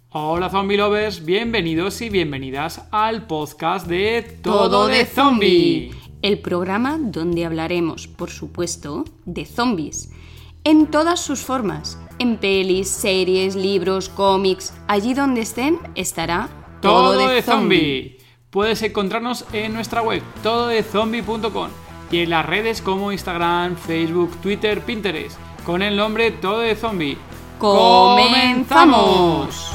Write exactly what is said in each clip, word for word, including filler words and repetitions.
Hola Zombie Lovers, bienvenidos y bienvenidas al podcast de Todo de Zombie. El programa donde hablaremos, por supuesto, de zombies. En todas sus formas. En pelis, series, libros, cómics. Allí donde estén, estará Todo, Todo de Zombie. Zombie. Puedes encontrarnos en nuestra web, todo de zombie punto com, y en las redes como Instagram, Facebook, Twitter, Pinterest, con el nombre Todo de Zombie. ¡Comenzamos!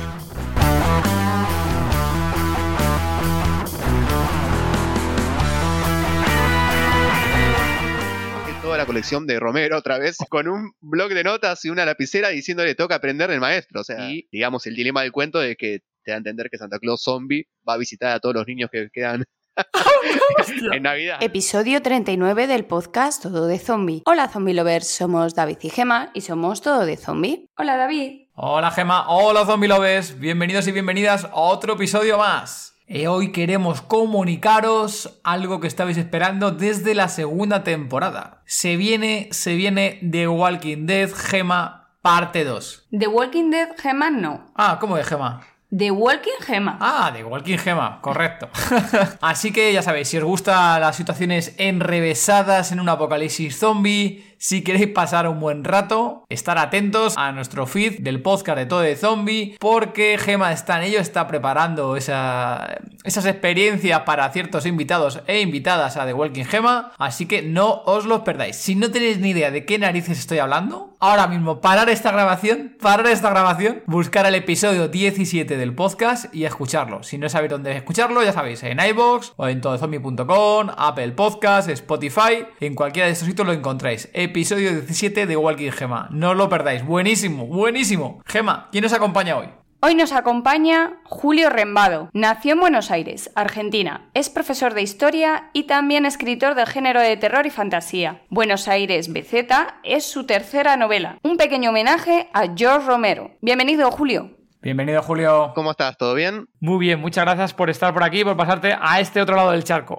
Toda la colección de Romero otra vez, con un bloc de notas y una lapicera diciéndole toca aprender del maestro. O sea, y digamos el dilema del cuento de que te da a entender que Santa Claus zombie va a visitar a todos los niños que quedan en Navidad. Episodio treinta y nueve del podcast Todo de Zombie. Hola Zombie Lovers, somos David y Gema y somos Todo de Zombie. Hola David. Hola Gema, hola Zombie Lovers, bienvenidos y bienvenidas a otro episodio más. Y hoy queremos comunicaros algo que estabais esperando desde la segunda temporada. Se viene, se viene The Walking Dead, Gema, parte dos. The Walking Dead, Gema, no. Ah, ¿cómo de Gema? The Walking Gema. Ah, The Walking Gema, correcto. Así que ya sabéis, si os gustan las situaciones enrevesadas en un apocalipsis zombie, si queréis pasar un buen rato, estar atentos a nuestro feed del podcast de Todo de Zombie, porque Gema está en ello, está preparando esa, esas experiencias para ciertos invitados e invitadas a The Walking Gema, así que no os los perdáis. Si no tenéis ni idea de qué narices estoy hablando, ahora mismo parar esta grabación, parar esta grabación, buscar el episodio diecisiete del podcast y escucharlo. Si no sabéis dónde escucharlo, ya sabéis, en iVoox o en todo de zombie punto com, Apple Podcast, Spotify, en cualquiera de estos sitios lo encontráis. Episodio diecisiete de Walking Gema. No os lo perdáis. Buenísimo, buenísimo. Gema, ¿quién nos acompaña hoy? Hoy nos acompaña Julio Rembado. Nació en Buenos Aires, Argentina. Es profesor de historia y también escritor del género de terror y fantasía. Buenos Aires B Z es su tercera novela. Un pequeño homenaje a George Romero. Bienvenido, Julio. Bienvenido, Julio. ¿Cómo estás? ¿Todo bien? Muy bien, muchas gracias por estar por aquí y por pasarte a este otro lado del charco.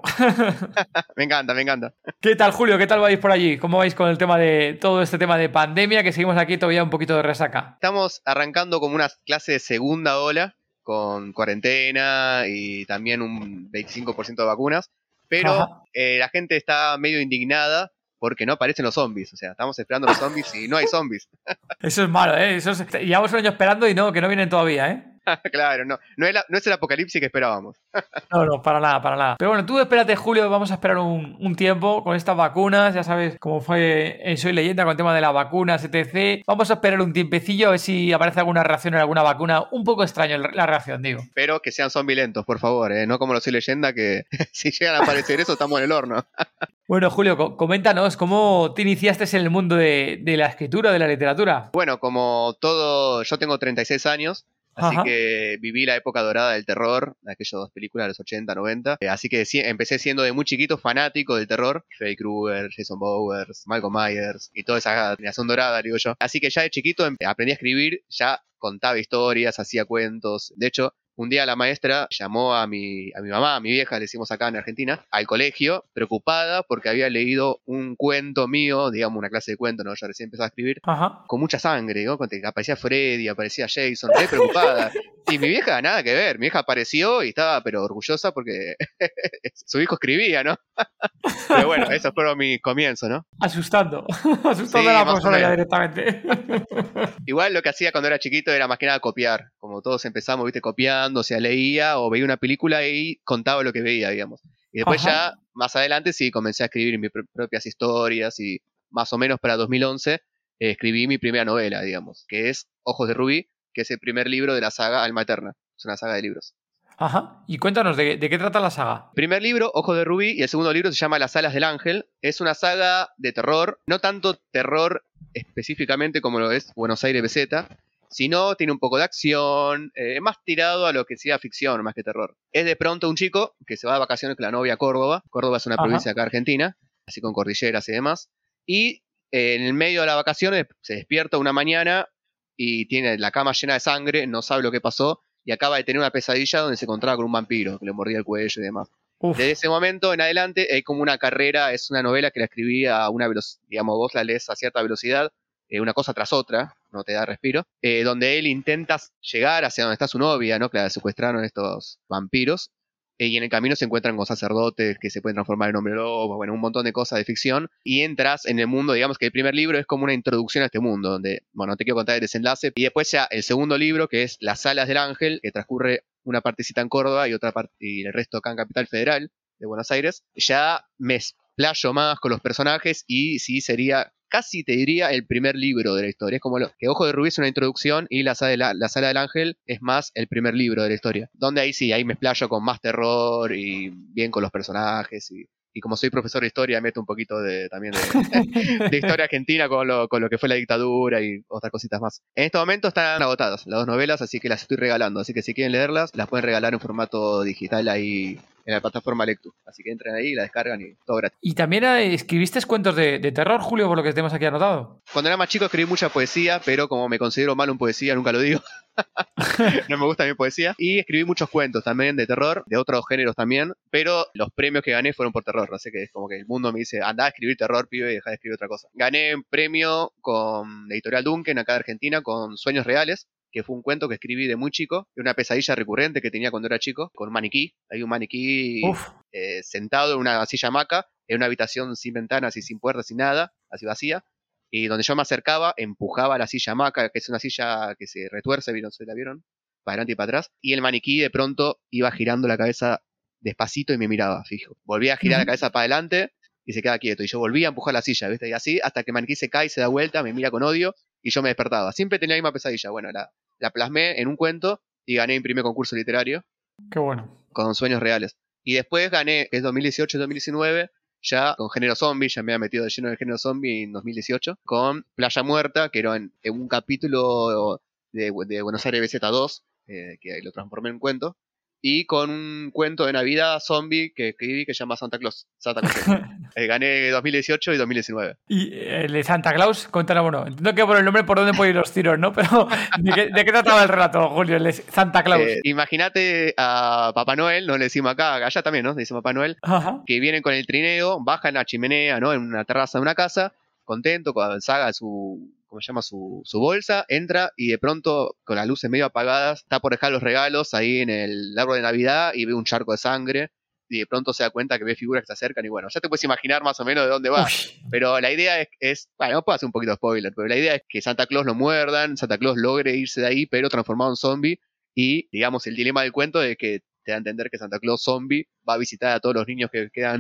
Me encanta, me encanta. ¿Qué tal, Julio? ¿Qué tal vais por allí? ¿Cómo vais con el tema de todo este tema de pandemia que seguimos aquí todavía un poquito de resaca? Estamos arrancando como una clase de segunda ola con cuarentena y también un veinticinco por ciento de vacunas, pero eh, la gente está medio indignada porque no aparecen los zombies. O sea, estamos esperando los zombies y no hay zombies. Eso es malo, ¿eh? Eso es... Llevamos un año esperando y no, que no vienen todavía, ¿eh? Claro, no, no es, la, no es el apocalipsis que esperábamos. No, no, para nada, para nada. Pero bueno, tú espérate, Julio, vamos a esperar un, un tiempo con estas vacunas. Ya sabes cómo fue en Soy Leyenda con el tema de las vacunas, etcétera. Vamos a esperar un tiempecillo a ver si aparece alguna reacción en alguna vacuna. Un poco extraño la reacción, digo. Pero que sean zombies lentos, por favor, ¿eh? No como los Soy Leyenda, que si llegan a aparecer eso, estamos en el horno. Bueno, Julio, coméntanos, ¿cómo te iniciaste en el mundo de, de la escritura, de la literatura? Bueno, como todo, yo tengo treinta y seis años. Así Ajá. que viví la época dorada del terror, de aquellas dos películas de los ochenta, noventa. Eh, así que sí, empecé siendo de muy chiquito fanático del terror. Freddy Krueger, Jason Bowers, Michael Myers y toda esa generación dorada, digo yo. Así que ya de chiquito em- aprendí a escribir, ya contaba historias, hacía cuentos. De hecho, un día la maestra llamó a mi, a mi mamá, a mi vieja, le decimos acá en Argentina, al colegio, preocupada porque había leído un cuento mío, digamos una clase de cuento, ¿no? Yo recién empezaba a escribir, Ajá. con mucha sangre, ¿no? Aparecía Freddy, aparecía Jason, re preocupada. Y mi vieja, nada que ver, mi vieja apareció y estaba pero orgullosa porque su hijo escribía, ¿no? Pero bueno, esos fueron mis comienzos, ¿no? Asustando, asustando Sí, a la más o persona ya menos. directamente. Igual lo que hacía cuando era chiquito era más que nada copiar, como todos empezamos, viste, copiando, o sea, leía o veía una película y contaba lo que veía, digamos. Y después Ajá. ya, más adelante, sí, comencé a escribir mis pr- propias historias y más o menos para dos mil once eh, escribí mi primera novela, digamos, que es Ojos de Rubí, que es el primer libro de la saga Alma Eterna. Es una saga de libros. Ajá. Y cuéntanos, ¿de, de qué trata la saga? Primer libro, Ojos de Rubí, y el segundo libro se llama Las Alas del Ángel. Es una saga de terror, no tanto terror específicamente como lo es Buenos Aires B Z, sino tiene un poco de acción, eh, más tirado a lo que sea ficción más que terror. Es de pronto un chico que se va de vacaciones con la novia a Córdoba. Córdoba es una Ajá. provincia acá argentina, así con cordilleras y demás. Y eh, en el medio de las vacaciones se despierta una mañana y tiene la cama llena de sangre, no sabe lo que pasó y acaba de tener una pesadilla donde se encontraba con un vampiro que le mordía el cuello y demás. Uf. Desde ese momento en adelante hay como una carrera, es una novela que la escribí a una velocidad, digamos, vos la lees a cierta velocidad, eh, una cosa tras otra, no te da respiro, eh, donde él intenta llegar hacia donde está su novia, ¿no? Que la secuestraron estos vampiros, eh, y en el camino se encuentran con sacerdotes que se pueden transformar en hombre lobo, bueno, un montón de cosas de ficción, y entras en el mundo, digamos que el primer libro es como una introducción a este mundo, donde, bueno, no te quiero contar el desenlace, y después ya el segundo libro, que es Las Alas del Ángel, que transcurre una partecita en Córdoba y otra parte, y el resto acá en Capital Federal de Buenos Aires, ya me explayo más con los personajes y sí sería, casi te diría, el primer libro de la historia. Es como lo, que Ojo de Rubí es una introducción y la sala, de la, la sala del Ángel es más el primer libro de la historia. Donde ahí sí, ahí me explayo con más terror y bien con los personajes y... Y como soy profesor de historia, meto un poquito de, también de, de historia argentina con lo, con lo que fue la dictadura y otras cositas más. En este momento están agotadas las dos novelas, así que las estoy regalando. Así que si quieren leerlas, las pueden regalar en formato digital ahí en la plataforma Lectu. Así que entren ahí, la descargan y todo gratis. Y también eh, escribiste cuentos de, de terror, Julio, por lo que tenemos aquí anotado. Cuando era más chico escribí mucha poesía, pero como me considero malo en poesía, nunca lo digo. No me gusta mi poesía. Y escribí muchos cuentos también de terror, de otros géneros también, pero los premios que gané fueron por terror, así que es como que el mundo me dice, andá a escribir terror, pibe, y dejá de escribir otra cosa. Gané un premio con Editorial Duncan acá de Argentina, con Sueños Reales, que fue un cuento que escribí de muy chico, de una pesadilla recurrente que tenía cuando era chico, con un maniquí. Hay un maniquí eh, sentado en una silla hamaca, en una habitación sin ventanas y sin puertas, sin nada, así vacía. Y donde yo me acercaba, empujaba la silla hamaca, que es una silla que se retuerce, ¿vieron? ¿Se la vieron? Para adelante y para atrás. Y el maniquí de pronto iba girando la cabeza despacito y me miraba, fijo. Volvía a girar uh-huh. la cabeza para adelante y se quedaba quieto. Y yo volvía a empujar la silla, ¿viste? Y así hasta que el maniquí se cae, se da vuelta, me mira con odio y yo me despertaba. Siempre tenía la misma pesadilla. Bueno, la, la plasmé en un cuento y gané mi primer concurso literario. Qué bueno. Con Sueños Reales. Y después gané, que es dos mil dieciocho y dos mil diecinueve... ya con género zombie, ya me había metido de lleno en el género zombie en dos mil dieciocho, con Playa Muerta, que era en, en un capítulo de, de Buenos Aires B Z dos, eh, que lo transformé en un cuento, y con un cuento de Navidad zombie que escribí que se llama Santa Claus. Santa Claus. eh, gané dos mil dieciocho y dos mil diecinueve. Y el de Santa Claus, cuéntanos, bueno, entiendo que por el nombre por dónde pueden ir los tiros, ¿no? Pero ¿de qué, de qué trataba el relato, Julio, el de Santa Claus? Eh, Imagínate a Papá Noel, no le decimos acá, allá también, ¿no? Le decimos Papá Noel, Ajá. que vienen con el trineo, bajan la chimenea, ¿no? En una terraza de una casa, contento, con saga su... ¿cómo se llama? Su, su bolsa, entra y de pronto, con las luces medio apagadas, está por dejar los regalos ahí en el árbol de Navidad y ve un charco de sangre y de pronto se da cuenta que ve figuras que se acercan y bueno, ya te puedes imaginar más o menos de dónde va. Uy. Pero la idea es, es, bueno, no puedo hacer un poquito de spoiler, pero la idea es que Santa Claus lo muerdan, Santa Claus logre irse de ahí, pero transformado en zombie y, digamos, el dilema del cuento es que te da a entender que Santa Claus zombie va a visitar a todos los niños que quedan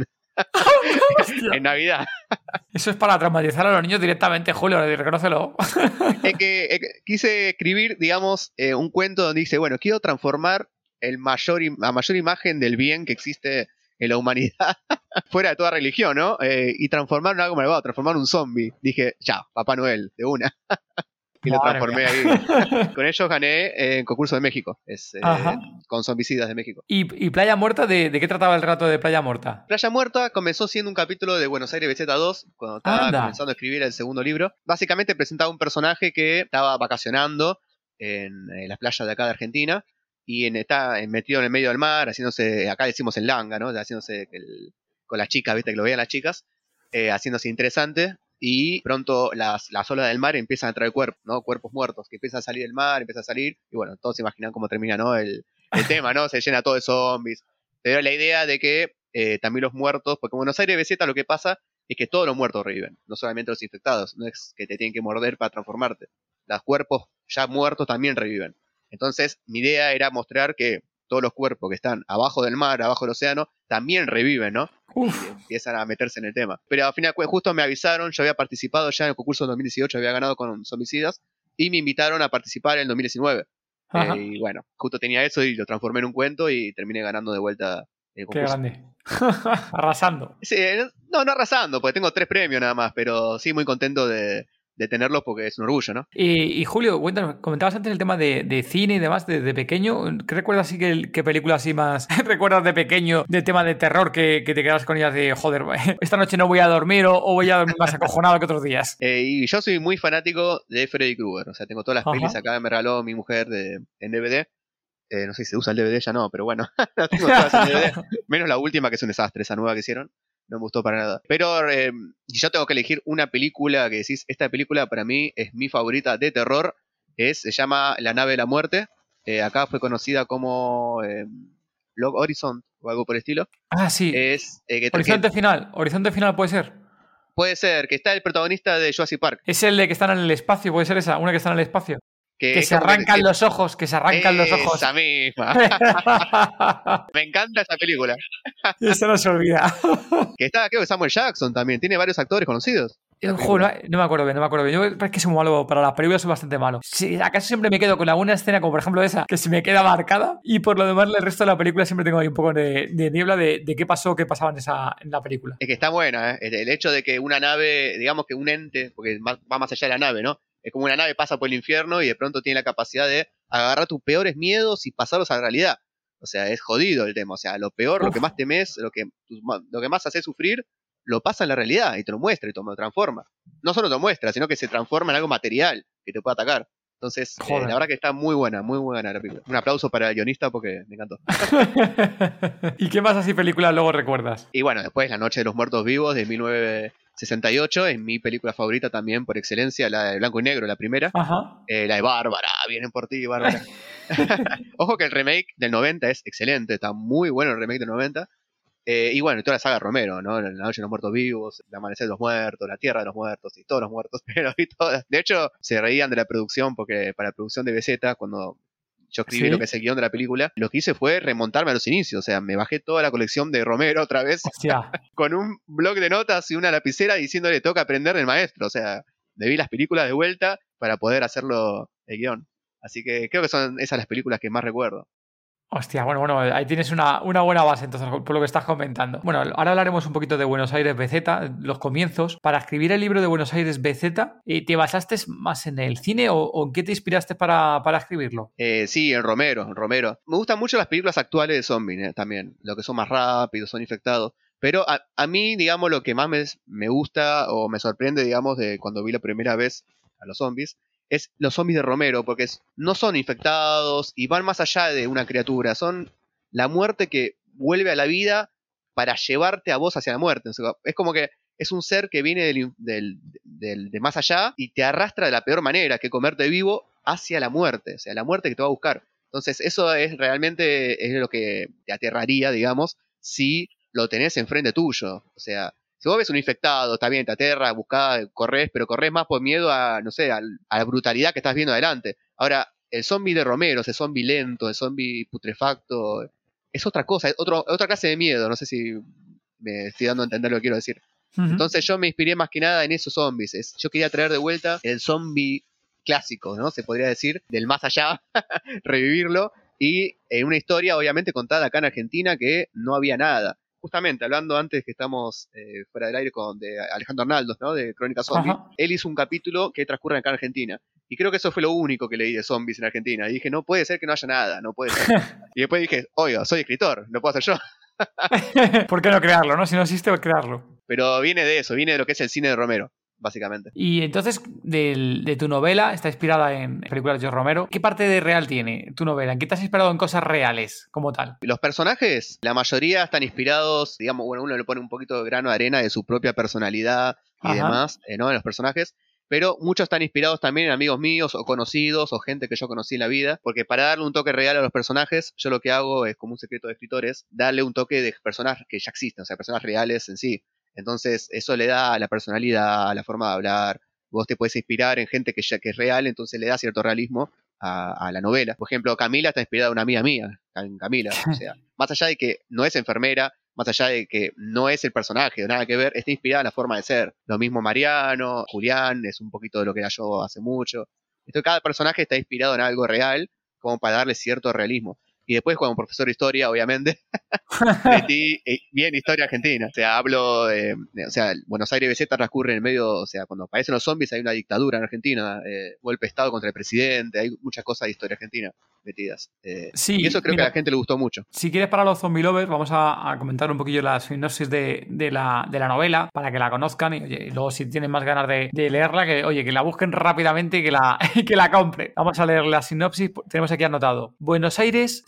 en Navidad. Eso es para traumatizar a los niños directamente, Julio, reconócelo. Es que, es que quise escribir, digamos, eh, un cuento donde dice, bueno, quiero transformar el mayor, la mayor imagen del bien que existe en la humanidad, fuera de toda religión, ¿no? Eh, y transformar en algo malvado, transformar un zombie. Dije, ya, Papá Noel, de una. Y lo transformé ahí. Con ellos gané en concurso de México. Es, eh, con zombicidas de México. ¿Y, y Playa Muerta? ¿de, ¿De qué trataba el relato de Playa Muerta? Playa Muerta comenzó siendo un capítulo de Buenos Aires B Z dos, cuando estaba Anda. comenzando a escribir el segundo libro. Básicamente presentaba un personaje que estaba vacacionando en, en las playas de acá de Argentina y en, está metido en el medio del mar, haciéndose, acá decimos en langa, ¿no? Haciéndose el, con las chicas, ¿viste? Que lo veían las chicas, eh, haciéndose interesante. Y pronto las, las olas del mar empiezan a traer cuerpos, ¿no? Cuerpos muertos, que empiezan a salir del mar, empiezan a salir, y bueno, todos se imaginan cómo termina, ¿no? El, el tema, ¿no? Se llena todo de zombies. Pero la idea de que eh, también los muertos, porque en Buenos Aires B Z lo que pasa es que todos los muertos reviven, no solamente los infectados, no es que te tienen que morder para transformarte. Los cuerpos ya muertos también reviven. Entonces, mi idea era mostrar que todos los cuerpos que están abajo del mar, abajo del océano, también reviven, ¿no? Uf. Y empiezan a meterse en el tema. Pero al final, justo me avisaron, yo había participado ya en el concurso de dos mil dieciocho, había ganado con Zombicidas, y me invitaron a participar en el dos mil diecinueve. Eh, y bueno, justo tenía eso y lo transformé en un cuento y terminé ganando de vuelta el concurso. Qué grande. Arrasando. Sí, no, no arrasando, porque tengo tres premios nada más, pero sí muy contento de... de tenerlos porque es un orgullo, ¿no? Y, y Julio, cuéntanos, comentabas antes el tema de, de cine y demás, de, de pequeño. ¿Qué recuerdas así que, qué películas así más recuerdas de pequeño del tema de terror que, que te quedas con ellas de, joder, esta noche no voy a dormir o, o voy a dormir más acojonado que otros días? Eh, y yo soy muy fanático de Freddy Krueger, o sea, tengo todas las Ajá. pelis acá, me regaló mi mujer de, en D V D. Eh, no sé si se usa el D V D ya no, pero bueno, las tengo todas en D V D, menos la última que es un desastre, esa nueva que hicieron. No me gustó para nada. Pero eh, si yo tengo que elegir una película que decís, esta película para mí es mi favorita de terror, es, se llama La nave de la muerte. Eh, acá fue conocida como eh, Log Horizon o algo por el estilo. Ah, sí. Es, eh, que, Horizonte que, Final. Horizonte Final puede ser. Puede ser, que está el protagonista de Jurassic Park. Es el de que están en el espacio, puede ser esa, una que está en el espacio. Que, que se arrancan que, los ojos, que se arrancan los ojos. Esa misma. Me encanta esa película. Eso no se olvida. Que está, creo que Samuel Jackson también. Tiene varios actores conocidos. Joder, no, no me acuerdo bien, no me acuerdo bien. Yo es que soy muy malo para las películas, soy bastante malo. Sí, acaso siempre me quedo con alguna escena, como por ejemplo esa, que se me queda marcada. Y por lo demás, el resto de la película siempre tengo ahí un poco de, de niebla de, de qué pasó, qué pasaba en, esa, en la película. Es que está buena, ¿eh? El hecho de que una nave, digamos que un ente, porque va más allá de la nave, ¿no? Es como una nave pasa por el infierno y de pronto tiene la capacidad de agarrar tus peores miedos y pasarlos a la realidad. O sea, es jodido el tema. O sea, lo peor, Uf. lo que más temes, lo que, lo que más hace sufrir, lo pasa en la realidad y te lo muestra y te lo transforma. No solo te lo muestra, sino que se transforma en algo material que te puede atacar. Entonces, eh, la verdad que está muy buena, muy buena la película. Un aplauso para el guionista porque me encantó. ¿Y qué más así películas luego recuerdas? Y bueno, después La Noche de los Muertos Vivos de mil novecientos sesenta y ocho, es mi película favorita también por excelencia, la de blanco y negro, la primera. Ajá. Eh, la de Bárbara, vienen por ti, Bárbara. Ojo que el remake del noventa es excelente, está muy bueno el remake del noventa. Eh, y bueno, toda la saga Romero, ¿no? La Noche de los Muertos Vivos, El Amanecer de los Muertos, La Tierra de los Muertos y todos los muertos. Pero y todas. De hecho, se reían de la producción porque para la producción de B Z, cuando yo escribí ¿Sí? lo que es el guión de la película, lo que hice fue remontarme a los inicios. O sea, me bajé toda la colección de Romero otra vez con un blog de notas y una lapicera diciéndole toca aprender del maestro. O sea, me vi las películas de vuelta para poder hacerlo el guión. Así que creo que son esas las películas que más recuerdo. Hostia, bueno, bueno, ahí tienes una, una buena base entonces por lo que estás comentando. Bueno, ahora hablaremos un poquito de Buenos Aires B Z, los comienzos. Para escribir el libro de Buenos Aires B Z, ¿te basaste más en el cine o, o en qué te inspiraste para, para escribirlo? Eh, sí, en Romero, en Romero. Me gustan mucho las películas actuales de zombies eh, también, lo que son más rápidos, son infectados. Pero a, a mí, digamos, lo que más me, me gusta o me sorprende, digamos, de cuando vi la primera vez a los zombies, es los zombies de Romero, porque es, no son infectados y van más allá de una criatura, son la muerte que vuelve a la vida para llevarte a vos hacia la muerte. O sea, es como que es un ser que viene del, del, del, de más allá y te arrastra de la peor manera, que comerte vivo hacia la muerte, o sea, la muerte que te va a buscar. Entonces eso es realmente es lo que te aterraría, digamos, si lo tenés enfrente tuyo. O sea, si vos ves un infectado, está bien, te aterra, buscás, corres, pero corres más por miedo a, no sé, a, a la brutalidad que estás viendo adelante. Ahora, el zombie de Romero, ese zombie lento, el zombie putrefacto, es otra cosa, es otro, otra clase de miedo. No sé si me estoy dando a entender lo que quiero decir. Uh-huh. Entonces yo me inspiré más que nada en esos zombies. Es, yo quería traer de vuelta el zombie clásico, ¿no? Se podría decir, del más allá, revivirlo, y en una historia obviamente contada acá en Argentina que no había nada. Justamente, hablando antes que estamos eh, fuera del aire con de Alejandro Arnaldos, ¿no? De Crónica Zombie, Ajá. Él hizo un capítulo que transcurre acá en Argentina. Y creo que eso fue lo único que leí de zombies en Argentina. Y dije, no puede ser que no haya nada, no puede ser. Y después dije, oiga, soy escritor, lo puedo hacer yo. ¿Por qué no crearlo, no? Si no existe, crearlo. Pero viene de eso, viene de lo que es el cine de Romero, básicamente. Y entonces, de, de tu novela, está inspirada en películas de George Romero. ¿Qué parte de real tiene tu novela? ¿En qué te has inspirado en cosas reales, como tal? Los personajes, la mayoría están inspirados, digamos, bueno, uno le pone un poquito de grano de arena de su propia personalidad y Ajá. demás, eh, ¿no? En los personajes. Pero muchos están inspirados también en amigos míos o conocidos o gente que yo conocí en la vida, porque para darle un toque real a los personajes, yo lo que hago es, como un secreto de escritores, darle un toque de personajes que ya existen, o sea, personajes reales en sí. Entonces eso le da la personalidad, la forma de hablar. Vos te puedes inspirar en gente que ya que es real, entonces le da cierto realismo a, a la novela. Por ejemplo, Camila está inspirada en una amiga mía, en Camila. O sea, más allá de que no es enfermera, más allá de que no es el personaje, nada que ver, está inspirada en la forma de ser. Lo mismo Mariano, Julián, es un poquito de lo que era yo hace mucho. Entonces cada personaje está inspirado en algo real, como para darle cierto realismo. Y después, como profesor de historia, obviamente, metí bien historia argentina. O sea, hablo de, de, o sea, Buenos Aires B Z transcurre en el medio, o sea, cuando aparecen los zombies hay una dictadura en Argentina, eh, golpe de Estado contra el presidente, hay muchas cosas de historia argentina metidas. Eh, sí, y eso creo mira, que a la gente le gustó mucho. Si quieres, para los zombie lovers, vamos a, a comentar un poquillo la sinopsis de, de, la, de la novela, para que la conozcan y, oye, y luego si tienen más ganas de, de leerla, que oye, que la busquen rápidamente y que la, y que la compren. Vamos a leer la sinopsis, tenemos aquí anotado. Buenos Aires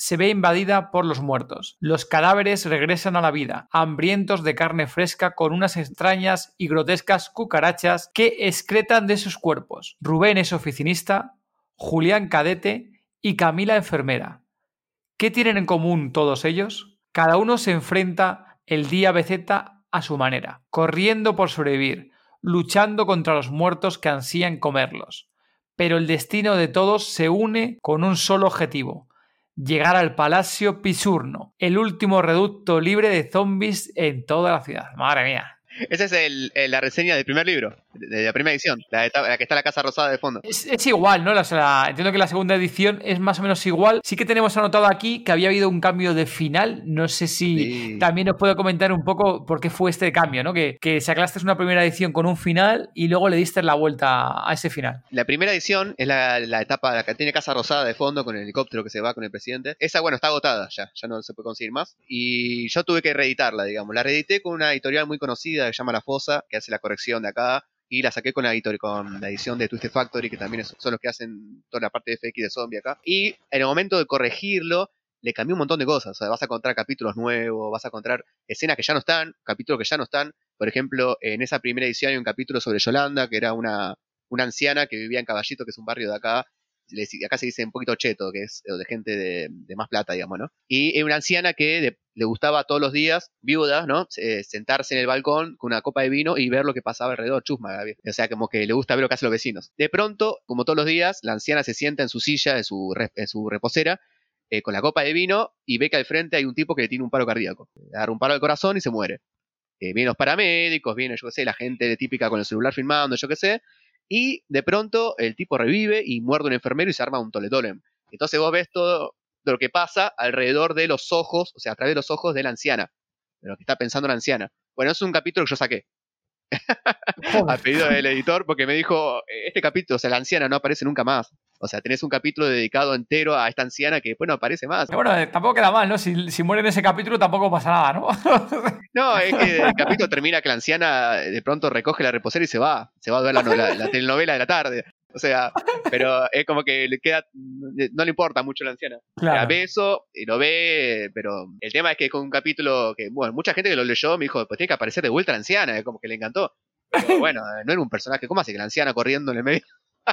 se ve invadida por los muertos. Los cadáveres regresan a la vida, hambrientos de carne fresca con unas extrañas y grotescas cucarachas que excretan de sus cuerpos. Rubén es oficinista, Julián cadete y Camila enfermera. ¿Qué tienen en común todos ellos? Cada uno se enfrenta el día B Z a su manera, corriendo por sobrevivir, luchando contra los muertos que ansían comerlos. Pero el destino de todos se une con un solo objetivo: llegar al Palacio Pisurno, el último reducto libre de zombies en toda la ciudad. Madre mía. Esa es el, el- la reseña del primer libro, de, de la primera edición, la, de- la que está en la Casa Rosada de fondo. Es, es igual, ¿no? O sea, entiendo que la segunda edición es más o menos igual. Sí que tenemos anotado aquí que había habido un cambio de final. No sé si Sí. también nos puede comentar un poco por qué fue este cambio, ¿no? Que, que sacaste una primera edición con un final y luego le diste la vuelta a ese final. La primera edición es la, la etapa, la que tiene Casa Rosada de fondo con el helicóptero que se va con el presidente. Esa, bueno, está agotada ya, ya no se puede conseguir más. Y yo tuve que reeditarla, digamos. La reedité con una editorial muy conocida que se llama La Fosa, que hace la corrección de acá. Y la saqué con la, editor- con la edición de Twisted Factory, que también es- son los que hacen toda la parte de F X de zombie acá. Y en el momento de corregirlo, le cambié un montón de cosas. O sea, vas a encontrar capítulos nuevos, vas a encontrar escenas que ya no están, capítulos que ya no están. Por ejemplo, en esa primera edición hay un capítulo sobre Yolanda, que era una, una anciana que vivía en Caballito, que es un barrio de acá. Le- Acá se dice un poquito cheto, que es de gente de, de más plata, digamos, ¿no? Y es una anciana que de- le gustaba todos los días, viuda, ¿no? Eh, sentarse en el balcón con una copa de vino y ver lo que pasaba alrededor, chusma, Gaby. O sea, como que le gusta ver lo que hacen los vecinos. De pronto, como todos los días, la anciana se sienta en su silla, en su, re- en su reposera, eh, con la copa de vino y ve que al frente hay un tipo que le tiene un paro cardíaco. Le agarra un paro al corazón y se muere. Eh, vienen los paramédicos, viene, yo qué sé, la gente típica con el celular filmando, yo qué sé, y de pronto el tipo revive y muerde un enfermero y se arma un toletolem. Entonces vos ves todo lo que pasa alrededor de los ojos, o sea, a través de los ojos de la anciana, de lo que está pensando la anciana. Bueno, es un capítulo que yo saqué a pedido del editor porque me dijo, este capítulo, o sea, la anciana no aparece nunca más. O sea, tenés un capítulo dedicado entero a esta anciana que después no aparece más. Pero bueno, eh, tampoco queda mal, ¿no? Si, si muere en ese capítulo tampoco pasa nada, ¿no? No, es que el capítulo termina que la anciana de pronto recoge la reposera y se va. Se va a ver la, no- la- la telenovela de la tarde. O sea, pero es como que le queda. No le importa mucho a la anciana. Claro. O sea, ve eso y lo ve, pero el tema es que con un capítulo que, bueno, mucha gente que lo leyó me dijo, pues tiene que aparecer de vuelta la anciana, es como que le encantó. Pero bueno, no era un personaje. ¿Cómo hace que la anciana corriendo en el medio?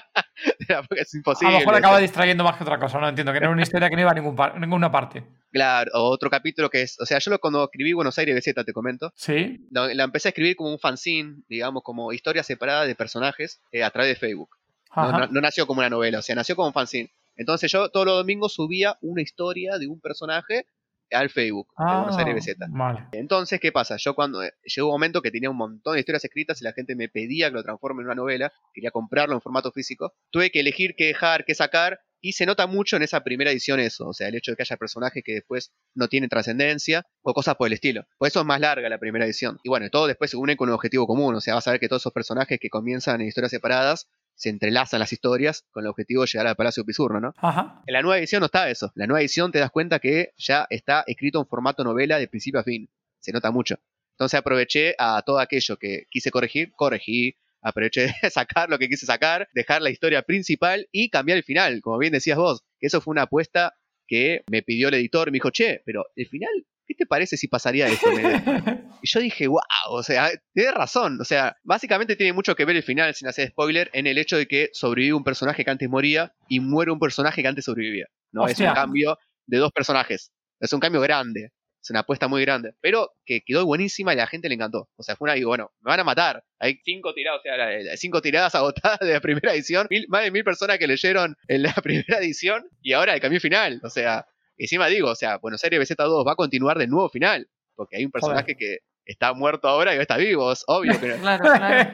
Porque es A imposible. lo mejor acaba distrayendo más que otra cosa, no entiendo, que no era una historia que no iba a ningún par- ninguna parte. Claro, o otro capítulo que es. O sea, yo lo, cuando escribí Buenos Aires B Z, te comento. Sí. La, la empecé a escribir como un fanzine, digamos, como historia separada de personajes eh, a través de Facebook. No, Ajá. no- no nació como una novela, o sea, nació como un fanzine. Entonces yo todos los domingos subía una historia de un personaje al Facebook de Ah, Buenos Aires B Z. vale. Entonces, ¿qué pasa? Yo cuando eh, llegó un momento que tenía un montón de historias escritas y la gente me pedía que lo transforme en una novela, quería comprarlo en formato físico, tuve que elegir qué dejar, qué sacar, y se nota mucho en esa primera edición eso, o sea, el hecho de que haya personajes que después no tienen trascendencia o cosas por el estilo. Por eso es más larga la primera edición. Y bueno, todo después se une con un objetivo común, o sea, vas a ver que todos esos personajes que comienzan en historias separadas se entrelazan las historias con el objetivo de llegar al Palacio Pisurno, ¿no? Ajá. En la nueva edición no está eso. La nueva edición te das cuenta que ya está escrito en formato novela de principio a fin. Se nota mucho. Entonces aproveché a todo aquello que quise corregir, corregí. Aproveché de sacar lo que quise sacar, dejar la historia principal y cambiar el final, como bien decías vos. Que eso fue una apuesta que me pidió el editor. Me dijo, che, pero el final, ¿qué te parece si pasaría esto? Me- Y yo dije, wow, o sea, tienes razón. O sea, básicamente tiene mucho que ver el final, sin hacer spoiler, en el hecho de que sobrevive un personaje que antes moría y muere un personaje que antes sobrevivía. ¿No? Es Hostia. un cambio de dos personajes. Es un cambio grande. Es una apuesta muy grande. Pero que quedó buenísima y a la gente le encantó. O sea, fue una, digo, bueno, me van a matar. Hay cinco tiradas, o sea, la- la- cinco tiradas agotadas de la primera edición. Mil- más de mil personas que leyeron en la primera edición y ahora el cambio final. O sea, encima digo, o sea, Buenos Aires B Z dos va a continuar del nuevo final. Porque hay un personaje Joder. que está muerto ahora y está vivo. Es obvio que Claro, claro.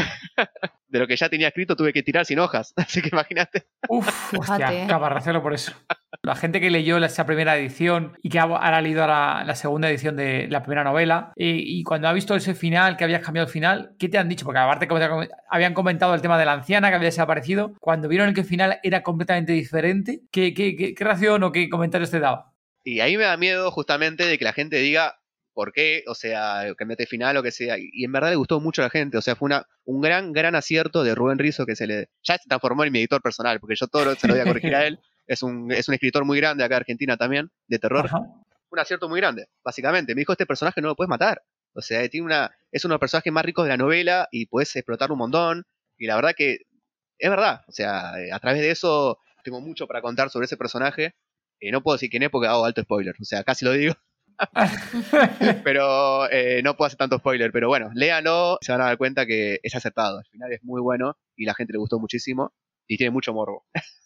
de lo que ya tenía escrito tuve que tirar sin hojas. Así que imagínate. Uf, Fíjate. hostia, caparracelo por eso. La gente que leyó la- esa primera edición y que ha- ahora leído ahora la segunda edición de la primera novela, eh, y cuando ha visto ese final, que habías cambiado el final, ¿qué te han dicho? Porque aparte como te com- habían comentado el tema de la anciana que había desaparecido, cuando vieron que el final era completamente diferente, ¿qué, qué, qué, qué reacción o qué comentarios te daba? Y ahí me da miedo justamente de que la gente diga por qué, o sea, cambiate final o que sea. Y en verdad le gustó mucho a la gente. O sea, fue una, un gran, gran acierto de Rubén Rizzo que se le. Ya se transformó en mi editor personal, porque yo todo lo- se lo voy a corregir a él. es un, es un escritor muy grande acá en Argentina también, de terror. Ajá. Un acierto muy grande, básicamente. Me dijo, este personaje no lo puedes matar. O sea, tiene una, es uno de los personajes más ricos de la novela y puedes explotar un montón. Y la verdad que es verdad. O sea, a través de eso tengo mucho para contar sobre ese personaje. Eh, no puedo decir quién es porque hago alto spoiler. O sea, casi lo digo. Pero eh, no puedo hacer tanto spoiler. Pero bueno, léanlo, se van a dar cuenta que es acertado. Al final es muy bueno y la gente le gustó muchísimo. Y tiene mucho morbo.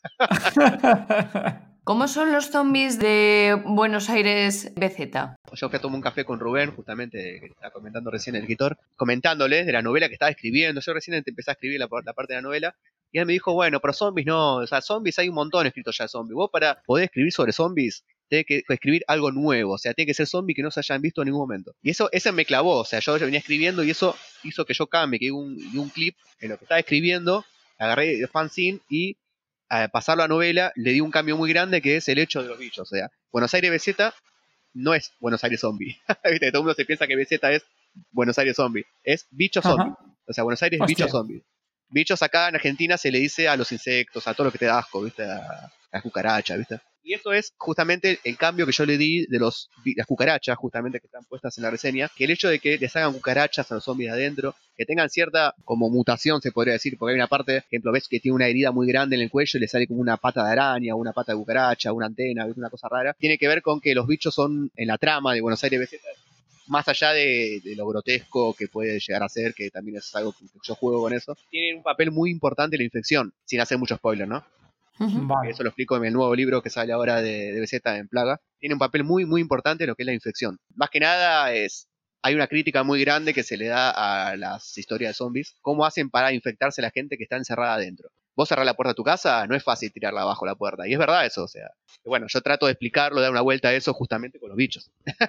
¿Cómo son los zombies de Buenos Aires B Z? Yo fui a tomar un café con Rubén, justamente, que estaba comentando recién el escritor, comentándole de la novela que estaba escribiendo. Yo recién empecé a escribir la, la parte de la novela, y él me dijo, bueno, pero zombies no, o sea, zombies hay un montón escritos ya zombies. Vos para poder escribir sobre zombies, tenés que escribir algo nuevo, o sea, tiene que ser zombies que no se hayan visto en ningún momento. Y eso, eso me clavó, o sea, yo venía escribiendo y eso hizo que yo cambie, que di un, di un clip en lo que estaba escribiendo, agarré el fanzine y a pasarlo a novela, le di un cambio muy grande que es el hecho de los bichos. O sea, Buenos Aires B Z no es Buenos Aires Zombie. ¿Viste? Todo el mundo se piensa que B Z es Buenos Aires Zombie. Es bicho zombie. O sea, Buenos Aires es bicho zombie. Bichos acá en Argentina se le dice a los insectos, a todo lo que te da asco, ¿viste? A, a las cucarachas, ¿viste? Y eso es justamente el cambio que yo le di de los, las cucarachas, justamente que están puestas en la reseña, que el hecho de que les hagan cucarachas a los zombies adentro, que tengan cierta como mutación, se podría decir, porque hay una parte, por ejemplo, ves que tiene una herida muy grande en el cuello y le sale como una pata de araña, una pata de cucaracha, una antena, una cosa rara, tiene que ver con que los bichos son, en la trama de Buenos Aires B Z, más allá de, de lo grotesco que puede llegar a ser, que también es algo que yo juego con eso, tienen un papel muy importante en la infección, sin hacer mucho spoiler, ¿no? Uh-huh. Vale. Eso lo explico en el nuevo libro que sale ahora de, de B Z en Plaga. Tiene un papel muy, muy importante en lo que es la infección. Más que nada es... Hay una crítica muy grande que se le da a las historias de zombies. ¿Cómo hacen para infectarse la gente que está encerrada adentro? Vos cerrás la puerta de tu casa, no es fácil tirarla abajo la puerta. Y es verdad eso, o sea... Bueno, yo trato de explicarlo, de dar una vuelta a eso justamente con los bichos.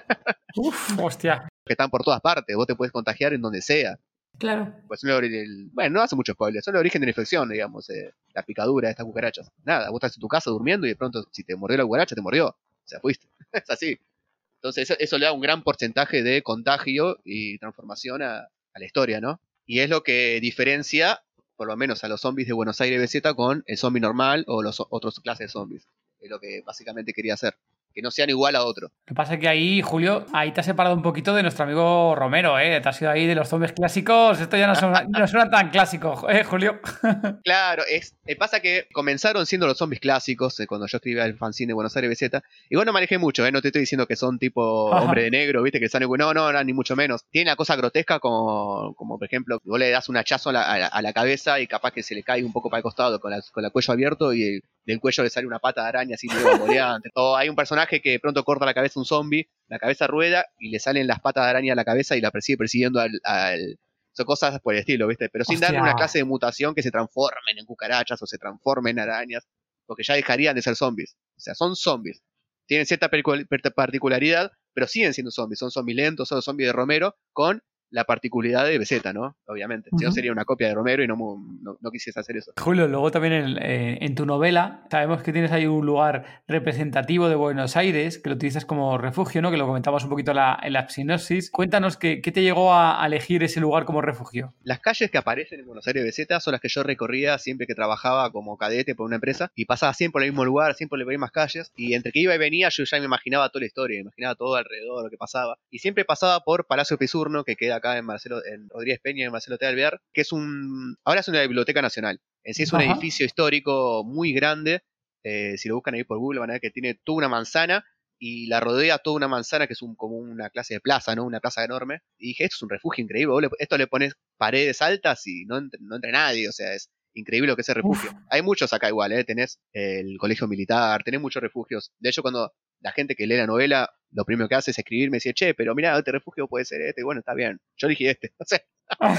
Uf, hostia. Que están por todas partes, vos te puedes contagiar en donde sea. Claro. Pues son el, el, bueno, no hace mucho spoiler, son el origen de la infección, digamos, eh, la picadura de estas cucarachas. Nada, vos estás en tu casa durmiendo y de pronto si te mordió la cucaracha, te mordió. O sea, fuiste. Es así. Entonces eso, eso le da un gran porcentaje de contagio y transformación a, a la historia, ¿no? Y es lo que diferencia, por lo menos a los zombies de Buenos Aires B Z con el zombie normal o los otros clases de zombies. Es lo que básicamente quería hacer. Que no sean igual a otro. Lo que pasa es que ahí, Julio, ahí te has separado un poquito de nuestro amigo Romero, ¿eh? Te has ido ahí de los zombies clásicos. Esto ya no suena, no suena tan clásico, ¿eh, Julio? Claro, es, eh, pasa que comenzaron siendo los zombies clásicos eh, cuando yo escribía el fanzine de Buenos Aires B Z. Y bueno, manejé mucho, ¿eh? No te estoy diciendo que son tipo Ajá. hombre de negro, ¿viste? Que salen. No, no, no, ni mucho menos. Tiene una cosa grotesca como, como por ejemplo, vos le das un hachazo a la, a, la, a la cabeza y capaz que se le cae un poco para el costado con, la, con el cuello abierto y el, del cuello le sale una pata de araña así medio boleante. O hay un personaje que de pronto corta la cabeza a un zombie, la cabeza rueda y le salen las patas de araña a la cabeza y la persigue persiguiendo al, al... Son cosas por el estilo, ¿viste? Pero sin Hostia. darle una clase de mutación que se transformen en cucarachas o se transformen en arañas, porque ya dejarían de ser zombies. O sea, son zombies. Tienen cierta particularidad, pero siguen siendo zombies. Son zombies lentos, son zombies de Romero, con la particularidad de B Z, ¿no? Obviamente. Uh-huh. Si no sería una copia de Romero y no, no, no quisiese hacer eso. Julio, luego también en, eh, en tu novela sabemos que tienes ahí un lugar representativo de Buenos Aires, que lo utilizas como refugio, ¿no? Que lo comentabas un poquito en la, en la sinopsis. Cuéntanos qué, qué te llegó a, a elegir ese lugar como refugio. Las calles que aparecen en Buenos Aires B Z son las que yo recorría siempre que trabajaba como cadete por una empresa y pasaba siempre por el mismo lugar, siempre por las mismas calles y entre que iba y venía yo ya me imaginaba toda la historia, me imaginaba todo alrededor, lo que pasaba y siempre pasaba por Palacio Pisurno, que queda acá en Marcelo, en Rodríguez Peña y en Marcelo T. Alvear, que es un, ahora es una biblioteca nacional. En sí es un Ajá. edificio histórico muy grande. Eh, si lo buscan ahí por Google van a ver que tiene toda una manzana y la rodea toda una manzana que es un, como una clase de plaza, ¿no? Una plaza enorme. Y dije, esto es un refugio increíble. Vos le, esto le pones paredes altas y no entra, no entra nadie. O sea, es increíble lo que es el refugio. Uf. Hay muchos acá igual, ¿eh? Tenés el colegio militar, tenés muchos refugios. De hecho, cuando la gente que lee la novela, lo primero que hace es escribirme y decir, che, pero mirá, este refugio puede ser este. Y bueno, está bien. Yo elegí este. No sé.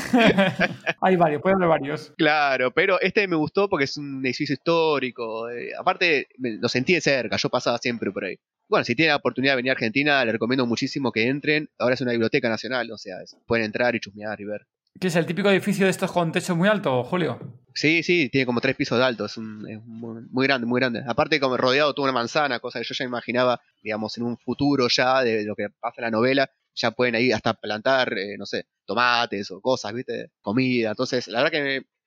Hay varios, pueden haber varios. Claro, pero este me gustó porque es un edificio histórico. Eh, aparte, me, lo sentí de cerca, yo pasaba siempre por ahí. Bueno, si tienen la oportunidad de venir a Argentina, les recomiendo muchísimo que entren. Ahora es una biblioteca nacional, o sea, es, pueden entrar y chusmear y ver. ¿Qué es el típico edificio de estos con techo muy alto, Julio? Sí, sí, tiene como tres pisos de alto, es, un, es muy, muy grande, muy grande. Aparte como rodeado de toda una manzana, cosa que yo ya imaginaba, digamos, en un futuro ya de lo que pasa en la novela, ya pueden ahí hasta plantar, eh, no sé, tomates o cosas, ¿viste? Comida. Entonces, la verdad que me,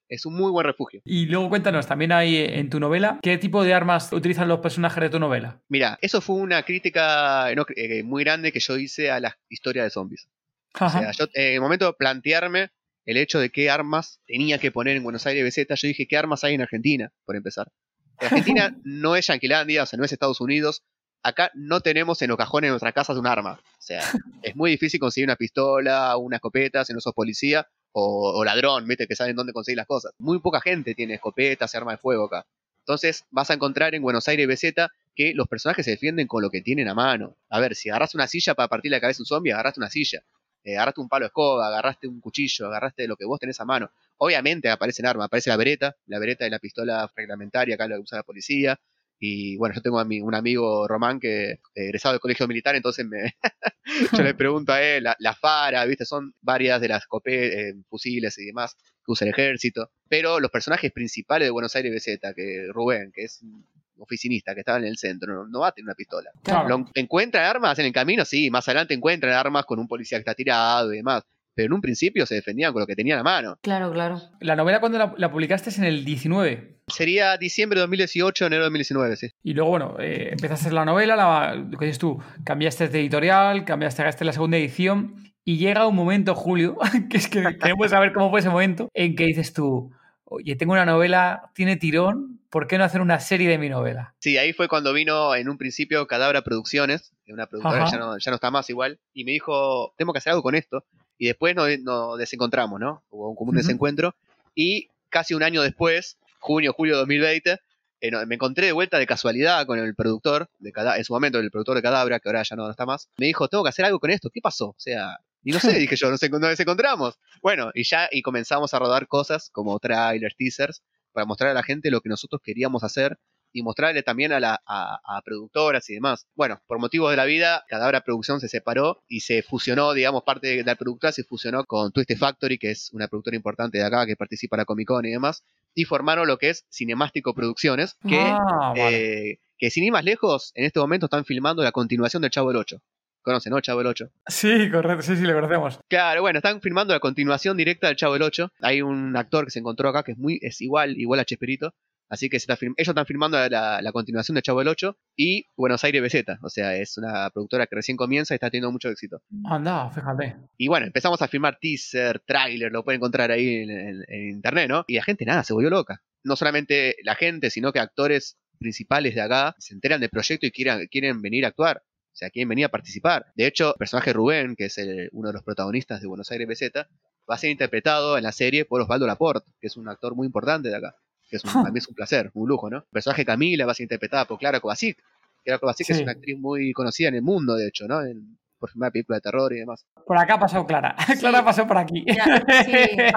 Es un muy buen refugio. Y luego cuéntanos, también hay en tu novela, ¿qué tipo de armas utilizan los personajes de tu novela? Mira, eso fue una crítica no, eh, muy grande que yo hice a la historia de zombies. Ajá. O sea, yo eh, en el momento de plantearme el hecho de qué armas tenía que poner en Buenos Aires B Z, yo dije, ¿qué armas hay en Argentina? Por empezar. Argentina no es Yanquilandia, o sea, no es Estados Unidos. Acá no tenemos en los cajones de nuestras casas un arma. O sea, es muy difícil conseguir una pistola, una escopeta, si no sos policía. O, o ladrón, ¿viste? Que saben dónde conseguir las cosas. Muy poca gente tiene escopetas y armas de fuego acá. Entonces vas a encontrar en Buenos Aires B Z que los personajes se defienden con lo que tienen a mano. A ver, si agarraste una silla para partir la cabeza a un zombie, agarraste una silla. Eh, agarraste un palo de escoba, agarraste un cuchillo, agarraste lo que vos tenés a mano. Obviamente aparecen armas, aparece la bereta, la bereta es la pistola reglamentaria, acá lo que usa la policía. Y bueno, yo tengo a mi, un amigo Román que es egresado del colegio militar, entonces me yo le pregunto a él, la, la FARA, ¿viste? Son varias de las copé, eh, fusiles y demás que usa el ejército. Pero los personajes principales de Buenos Aires B Z, que Rubén, que es un oficinista que estaba en el centro, no, no va a tener una pistola. Claro. Lo, ¿Encuentran armas en el camino? Sí, más adelante encuentran armas con un policía que está tirado y demás. Pero en un principio se defendían con lo que tenían a mano. Claro, claro. ¿La novela cuando la, la publicaste es en el diecinueve? Sería diciembre de dos mil dieciocho, enero de dos mil diecinueve, sí. Y luego, bueno, eh, empezaste la novela, la, lo que dices tú, cambiaste de editorial, cambiaste a la segunda edición, y llega un momento, Julio, que es que queremos saber cómo fue ese momento, en que dices tú, oye, tengo una novela, tiene tirón, ¿por qué no hacer una serie de mi novela? Sí, ahí fue cuando vino en un principio Cadabra Producciones, una productora que ya no, ya no está más igual, y me dijo, tengo que hacer algo con esto. Y después nos, nos desencontramos, ¿no? Hubo como un uh-huh. desencuentro. Y casi un año después, junio, julio de dos mil veinte, eh, no, me encontré de vuelta de casualidad con el productor, de Cadabra, en su momento el productor de Cadabra, que ahora ya no, no está más. Me dijo, tengo que hacer algo con esto, ¿qué pasó? O sea, y no sé, dije yo, nos, nos desencontramos. Bueno, y ya y comenzamos a rodar cosas como trailers, teasers, para mostrar a la gente lo que nosotros queríamos hacer y mostrarle también a, la, a, a productoras y demás. Bueno, por motivos de la vida, Cadabra Producción se separó y se fusionó, digamos, parte de la productora se fusionó con Twisted Factory, que es una productora importante de acá, que participa en la Comic Con y demás, y formaron lo que es Cinemástico Producciones, que, ah, eh, vale. que sin ir más lejos, en este momento están filmando la continuación del Chavo del ocho. ¿Conocen, no? El Chavo del ocho. Sí, correcto, sí, sí, lo conocemos. Claro, bueno, están filmando la continuación directa del Chavo del ocho. Hay un actor que se encontró acá que es muy es igual, igual a Chespirito. Así que se está film- ellos están filmando la, la continuación de Chavo del ocho y Buenos Aires B Z. O sea, es una productora que recién comienza y está teniendo mucho éxito. Anda, fíjate. Y bueno, empezamos a filmar teaser, trailer, lo pueden encontrar ahí en, en, en internet, ¿no? Y la gente, nada, se volvió loca. No solamente la gente, sino que actores principales de acá se enteran del proyecto y quieren, quieren venir a actuar. O sea, quieren venir a participar. De hecho, el personaje Rubén, que es el, uno de los protagonistas de Buenos Aires B Z, va a ser interpretado en la serie por Osvaldo Laporte, que es un actor muy importante de acá. Que es un, huh. a mí es un placer, un lujo, ¿no? El personaje Camila va a ser interpretada por Clara Kovacic. Clara Kovacic sí. es una actriz muy conocida en el mundo, de hecho, ¿no? En, por filmar películas de terror y demás. Por acá pasó Clara. Sí. Clara pasó por aquí. Ya, sí.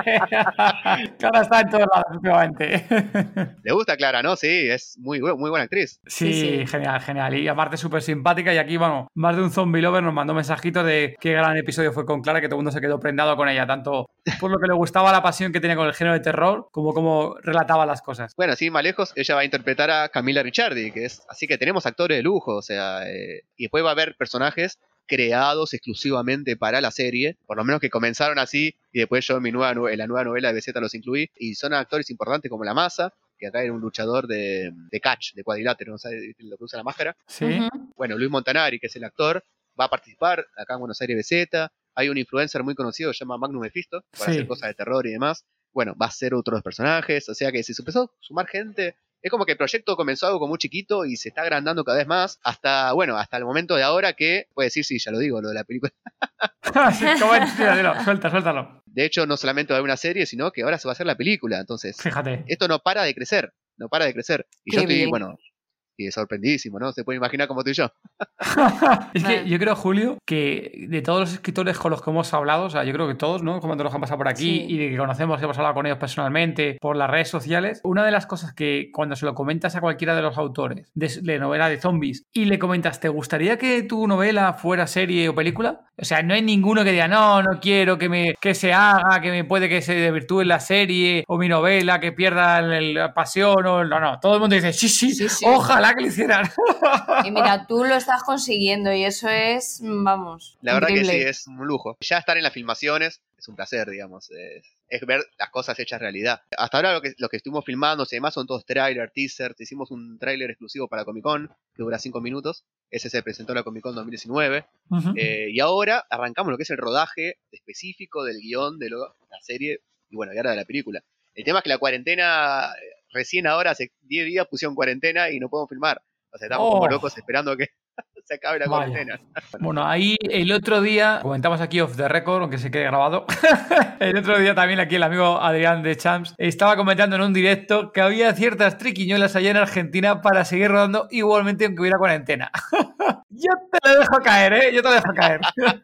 Clara está en todos lados últimamente. Le gusta Clara, ¿no? Sí, es muy, muy buena actriz. Sí, sí, sí. genial, genial. Y aparte súper simpática. Y aquí, bueno, más de un zombie lover nos mandó mensajitos de qué gran episodio fue con Clara, que todo el mundo se quedó prendado con ella, tanto por lo que le gustaba, la pasión que tenía con el género de terror, como cómo relataba las cosas. Bueno, sí, más lejos, ella va a interpretar a Camila Ricciardi, que es, así que tenemos actores de lujo, o sea, eh, y después va a haber personajes creados exclusivamente para la serie, por lo menos que comenzaron así, y después yo en, mi nueva, en la nueva novela de B Z los incluí, y son actores importantes como La Masa, que acá era un luchador de, de catch, de cuadrilátero, ¿no sabes lo que usa la máscara? Sí. Uh-huh. Bueno, Luis Montanari, que es el actor, va a participar acá en Buenos Aires B Z. Hay un influencer muy conocido que se llama Magnum Mephisto, para sí. hacer cosas de terror y demás. Bueno, va a ser otro de los personajes, o sea que se empezó a sumar gente. Es como que el proyecto comenzó algo muy chiquito y se está agrandando cada vez más hasta, bueno, hasta el momento de ahora que, puede decir, sí, ya lo digo, lo de la película. sí, dilo, suelta, suéltalo. De hecho, no solamente va a haber una serie, sino que ahora se va a hacer la película, entonces, fíjate. Esto no para de crecer, no para de crecer. Y Qué yo estoy, bien. bueno... Y es sorprendidísimo, ¿no? Se puede imaginar como tú y yo. Es que yo creo, Julio, que de todos los escritores con los que hemos hablado, o sea, yo creo que todos, ¿no? Como nos han pasado por aquí sí. y de que conocemos, que hemos hablado con ellos personalmente, por las redes sociales, una de las cosas que cuando se lo comentas a cualquiera de los autores de, de novela de zombies y le comentas, ¿te gustaría que tu novela fuera serie o película? O sea, no hay ninguno que diga, no, no quiero que, me, que se haga, que me puede que se desvirtúe la serie o mi novela, que pierda la pasión o... No, no, todo el mundo dice, sí, sí, sí, sí. ojalá que lo hicieran. Y mira, tú lo estás consiguiendo y eso es, vamos, la verdad increíble. Que sí, es un lujo. Ya estar en las filmaciones es un placer, digamos. Es, es ver las cosas hechas realidad. Hasta ahora lo que, lo que estuvimos filmando y demás son todos trailers, teasers. Hicimos un trailer exclusivo para Comic Con que dura cinco minutos. Ese se presentó en la Comic Con dos mil diecinueve. Uh-huh. Eh, y ahora arrancamos lo que es el rodaje específico del guión de lo, la serie y bueno, y ahora de la película. El tema es que la cuarentena, recién ahora, hace diez días pusieron cuarentena y no podemos filmar. O sea, estamos oh. como locos esperando que se acabe la Vaya. cuarentena. Bueno, ahí el otro día, comentamos aquí off the record, aunque se quede grabado, el otro día también aquí el amigo Adrián de Champs estaba comentando en un directo que había ciertas triquiñuelas allá en Argentina para seguir rodando igualmente aunque hubiera cuarentena. Yo te lo dejo caer, ¿eh? Yo te lo dejo caer.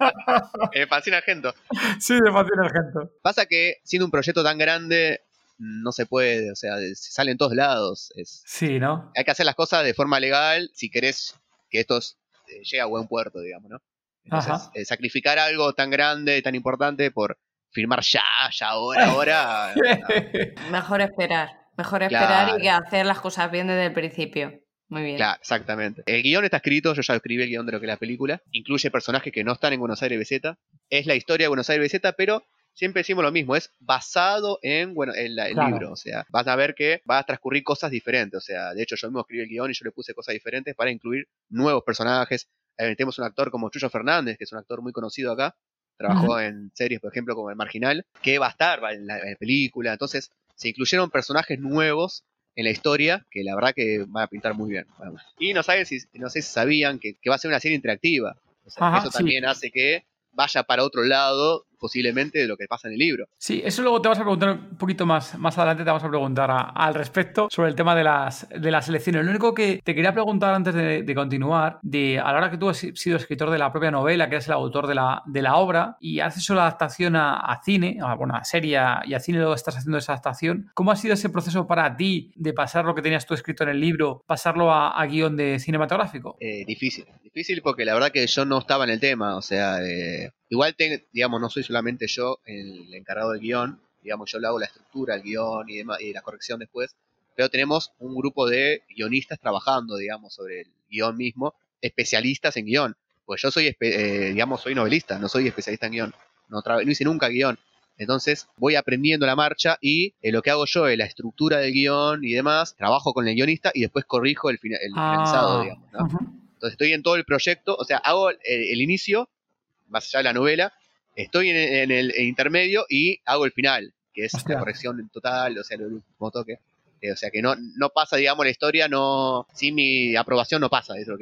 Me fascina Argento. Sí, me fascina Argento. Pasa que siendo un proyecto tan grande no se puede, o sea, se sale en todos lados. Es, sí, ¿no? Hay que hacer las cosas de forma legal si querés que esto eh, llegue a buen puerto, digamos, ¿no? Entonces, eh, sacrificar algo tan grande, tan importante por filmar ya, ya ahora, ahora. No. Mejor esperar, mejor esperar claro. y que hacer las cosas bien desde el principio. Muy bien. Claro, exactamente. El guión está escrito, yo ya escribí el guión de lo que es la película. Incluye personajes que no están en Buenos Aires B Z. Es la historia de Buenos Aires B Z, pero siempre decimos lo mismo, es basado en, bueno, en la, el claro. libro, o sea, vas a ver que va a transcurrir cosas diferentes, o sea, de hecho yo mismo escribí el guión y yo le puse cosas diferentes para incluir nuevos personajes. Eh, tenemos un actor como Chucho Fernández, que es un actor muy conocido acá, trabajó uh-huh. en series, por ejemplo, como El Marginal, que va a estar va en, la, en la película, entonces se incluyeron personajes nuevos en la historia, que la verdad que van a pintar muy bien. Bueno, y no saben si, no sé si sabían que, que va a ser una serie interactiva, o sea, Ajá, eso también sí. hace que vaya para otro lado posiblemente de lo que pasa en el libro. Sí, eso luego te vas a preguntar un poquito más, más adelante, te vamos a preguntar a, al respecto sobre el tema de las, de las elecciones. Lo único que te quería preguntar antes de, de continuar, de a la hora que tú has sido escritor de la propia novela, que eres el autor de la, de la obra, y has hecho la adaptación a, a cine, a, bueno, a serie y a cine, luego estás haciendo esa adaptación, ¿cómo ha sido ese proceso para ti de pasar lo que tenías tú escrito en el libro, pasarlo a, a guión de cinematográfico? Eh, difícil, difícil porque la verdad que yo no estaba en el tema, o sea, eh, igual, te, digamos, no soy solamente yo el encargado del guión, digamos, yo le hago la estructura, el guión y, demás, y la corrección después, pero tenemos un grupo de guionistas trabajando, digamos, sobre el guión mismo, especialistas en guión, pues yo soy, eh, digamos, soy novelista, no soy especialista en guión, no, tra- no hice nunca guión, entonces voy aprendiendo la marcha y eh, lo que hago yo es la estructura del guión y demás, trabajo con el guionista y después corrijo el, fina- el ah, finalizado, digamos, ¿no? Uh-huh. Entonces estoy en todo el proyecto, o sea, hago el, el inicio, más allá de la novela, estoy en, en el en intermedio y hago el final, que es Hostia. la corrección en total, o sea, el último toque. Eh, o sea, que no, no pasa, digamos, la historia, no sin mi aprobación no pasa. Eso que,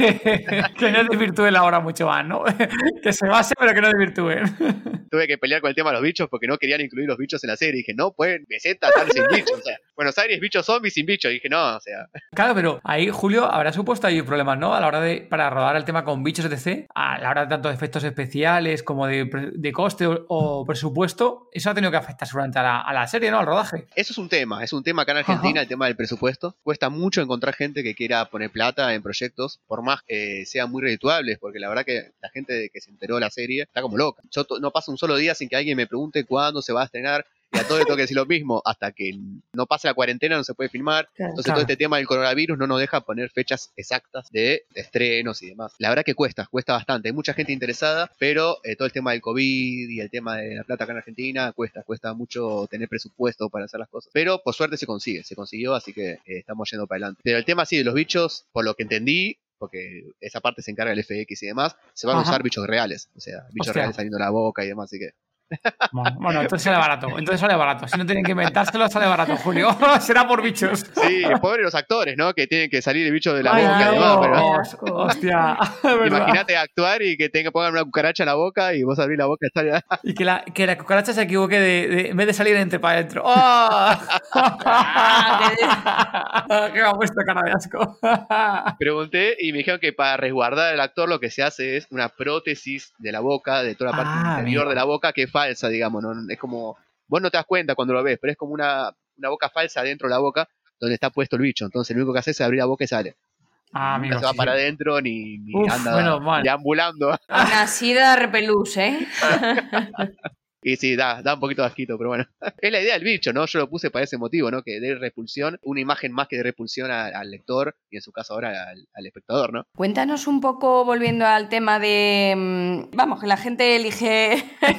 que no desvirtúe la obra mucho más, ¿no? Que se base, pero que no desvirtúe. Tuve que pelear con el tema de los bichos porque no querían incluir los bichos en la serie. Dije, no, pueden, B Z, tal sin bichos. O sea, Buenos Aires, bichos zombies sin bichos. Dije, no, o sea. Claro, pero ahí, Julio, habrá supuesto ahí problemas, ¿no? A la hora de, para rodar el tema con bichos, etcétera. A la hora de tanto de efectos especiales como de, de coste o, o presupuesto, eso ha tenido que afectar seguramente a la, a la serie, ¿no? Al rodaje. Eso es un tema, es un tema acá en Argentina, Ajá. el tema del presupuesto. Cuesta mucho encontrar gente que quiera poner plata en proyectos, por más que sean muy redituables, porque la verdad que la gente que se enteró de la serie está como loca. Yo to- no paso un solo día sin que alguien me pregunte cuándo se va a estrenar, y a todo le tengo que decir lo mismo, hasta que no pase la cuarentena no se puede filmar. Entonces claro. todo este tema del coronavirus no nos deja poner fechas exactas de estrenos y demás. La verdad que cuesta, cuesta bastante. Hay mucha gente interesada, pero eh, todo el tema del COVID y el tema de la plata acá en Argentina cuesta, cuesta mucho tener presupuesto para hacer las cosas. Pero por suerte se consigue, se consiguió, así que eh, estamos yendo para adelante. Pero el tema sí de los bichos, por lo que entendí, porque esa parte se encarga el F X y demás, se van Ajá. a usar bichos reales, o sea, bichos Hostia. reales saliendo de la boca y demás, así que... Bueno, bueno, entonces sale barato, entonces sale barato. Si no tienen que inventárselo, sale barato, Julio. Será por bichos. Sí, pobres los actores, ¿no? Que tienen que salir el bicho de la Ay, boca y demás. Pero... Hostia. Imagínate actuar y que tenga, pongan una cucaracha en la boca y vos abrís la boca y está... Y que la, que la cucaracha se equivoque de, de, en vez de salir entre para adentro. ¡Oh! ¡Qué me ha puesto cara de asco! Pregunté y me dijeron que para resguardar al actor lo que se hace es una prótesis de la boca, de toda la parte ah, interior amigo. de la boca, que falsa, digamos, ¿no? Es como, vos no te das cuenta cuando lo ves, pero es como una, una boca falsa dentro de la boca donde está puesto el bicho, entonces lo único que haces es abrir la boca y sale. Ah, amigo, no se va sí, para sí. adentro ni, ni Uf, anda bueno, deambulando. Una sida repelús, ¿eh? Y sí, da, da un poquito de asquito, pero bueno. Es la idea del bicho, ¿no? Yo lo puse para ese motivo, ¿no? Que dé repulsión, una imagen más que de repulsión a- al lector y en su caso ahora al, al espectador, ¿no? Cuéntanos un poco, volviendo al tema de... mm, Vamos, que la gente elige...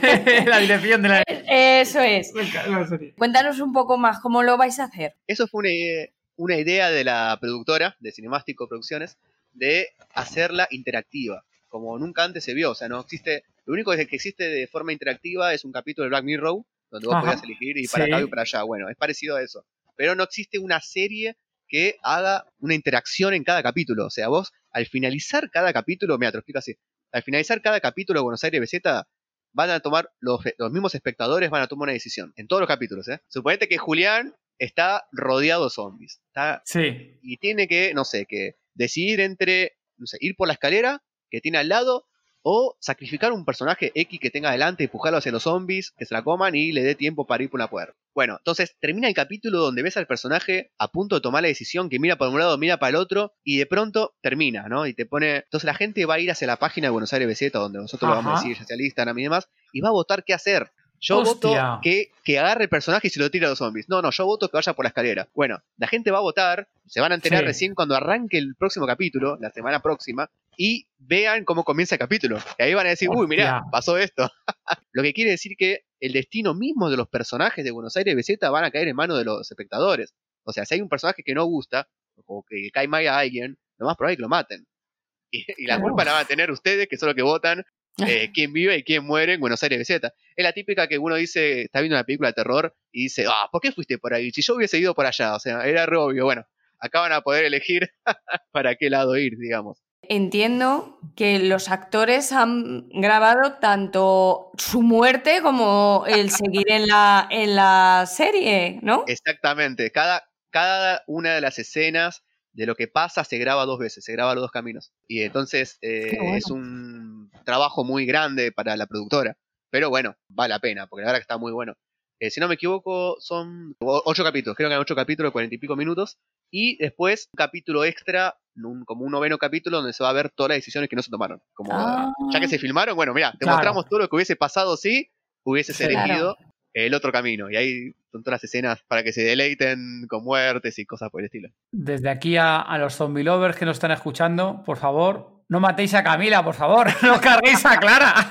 La dirección de la... Eso es. la serie. Cuéntanos un poco más cómo lo vais a hacer. Eso fue una, ide- una idea de la productora, de Cinemástico Producciones, de hacerla interactiva, como nunca antes se vio. O sea, no existe... Lo único que que existe de forma interactiva es un capítulo de Black Mirror, donde vos Ajá. podías elegir ir para Sí. acá y para allá. Bueno, es parecido a eso. Pero no existe una serie que haga una interacción en cada capítulo. O sea, vos, al finalizar cada capítulo, mira, te lo explico así. Al finalizar cada capítulo de Buenos Aires B Z, van a tomar, los, los mismos espectadores van a tomar una decisión. En todos los capítulos, ¿eh? Suponete que Julián está rodeado de zombies. Está, Sí. y tiene que, no sé, que decidir entre, no sé, ir por la escalera que tiene al lado o sacrificar un personaje X que tenga adelante, empujarlo hacia los zombies, que se la coman y le dé tiempo para ir por una puerta. Bueno, entonces termina el capítulo donde ves al personaje a punto de tomar la decisión, que mira para un lado, mira para el otro, y de pronto termina, ¿no? Y te pone... Entonces la gente va a ir hacia la página de Buenos Aires B Z, donde nosotros lo vamos a Ajá. decir, hacia el Instagram y demás, y va a votar qué hacer. Yo Hostia. voto que, que agarre el personaje y se lo tire a los zombies. No, no, yo voto que vaya por la escalera. Bueno, la gente va a votar, se van a enterar Sí. recién cuando arranque el próximo capítulo, la semana próxima, y vean cómo comienza el capítulo. Y ahí van a decir, uy, mirá, Hostia. pasó esto. Lo que quiere decir que el destino mismo de los personajes de Buenos Aires B Z van a caer en manos de los espectadores. O sea, si hay un personaje que no gusta, o que cae mal a alguien, lo más probable es que lo maten. Y, y la Uf. culpa la van a tener ustedes, que son los que votan eh, quién vive y quién muere en Buenos Aires B Z. Es la típica que uno dice, está viendo una película de terror y dice, ah, ¿por qué fuiste por ahí? Si yo hubiese ido por allá, o sea, era re obvio. Bueno, acá van a poder elegir para qué lado ir, digamos. Entiendo que los actores han grabado tanto su muerte como el seguir en la, en la serie, ¿no? Exactamente, cada, cada una de las escenas de lo que pasa se graba dos veces, se graba a los dos caminos. Y entonces eh, Qué bueno. es un trabajo muy grande para la productora. Pero bueno, vale la pena, porque la verdad que está muy bueno. Eh, si no me equivoco, son o- ocho capítulos, creo que hay ocho capítulos de cuarenta y pico minutos. Y después un capítulo extra, un- como un noveno capítulo, donde se va a ver todas las decisiones que no se tomaron. Como Ah. ya que se filmaron, bueno, mira, te Claro. mostramos todo lo que hubiese pasado si hubieses Sí. elegido el otro camino. Y ahí son todas las escenas para que se deleiten con muertes y cosas por el estilo. Desde aquí a, a los zombie lovers que nos están escuchando, por favor, no matéis a Camila, por favor. No carguéis a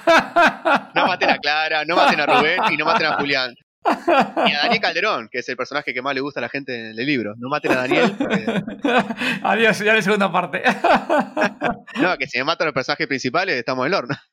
Clara. No maten a Clara, no maten a Rubén y no maten a Julián. Y a Daniel Calderón, que es el personaje que más le gusta a la gente en el libro. No maten a Daniel. Porque... Adiós, ya en la segunda parte. No, que si me matan los personajes principales, estamos en el horno.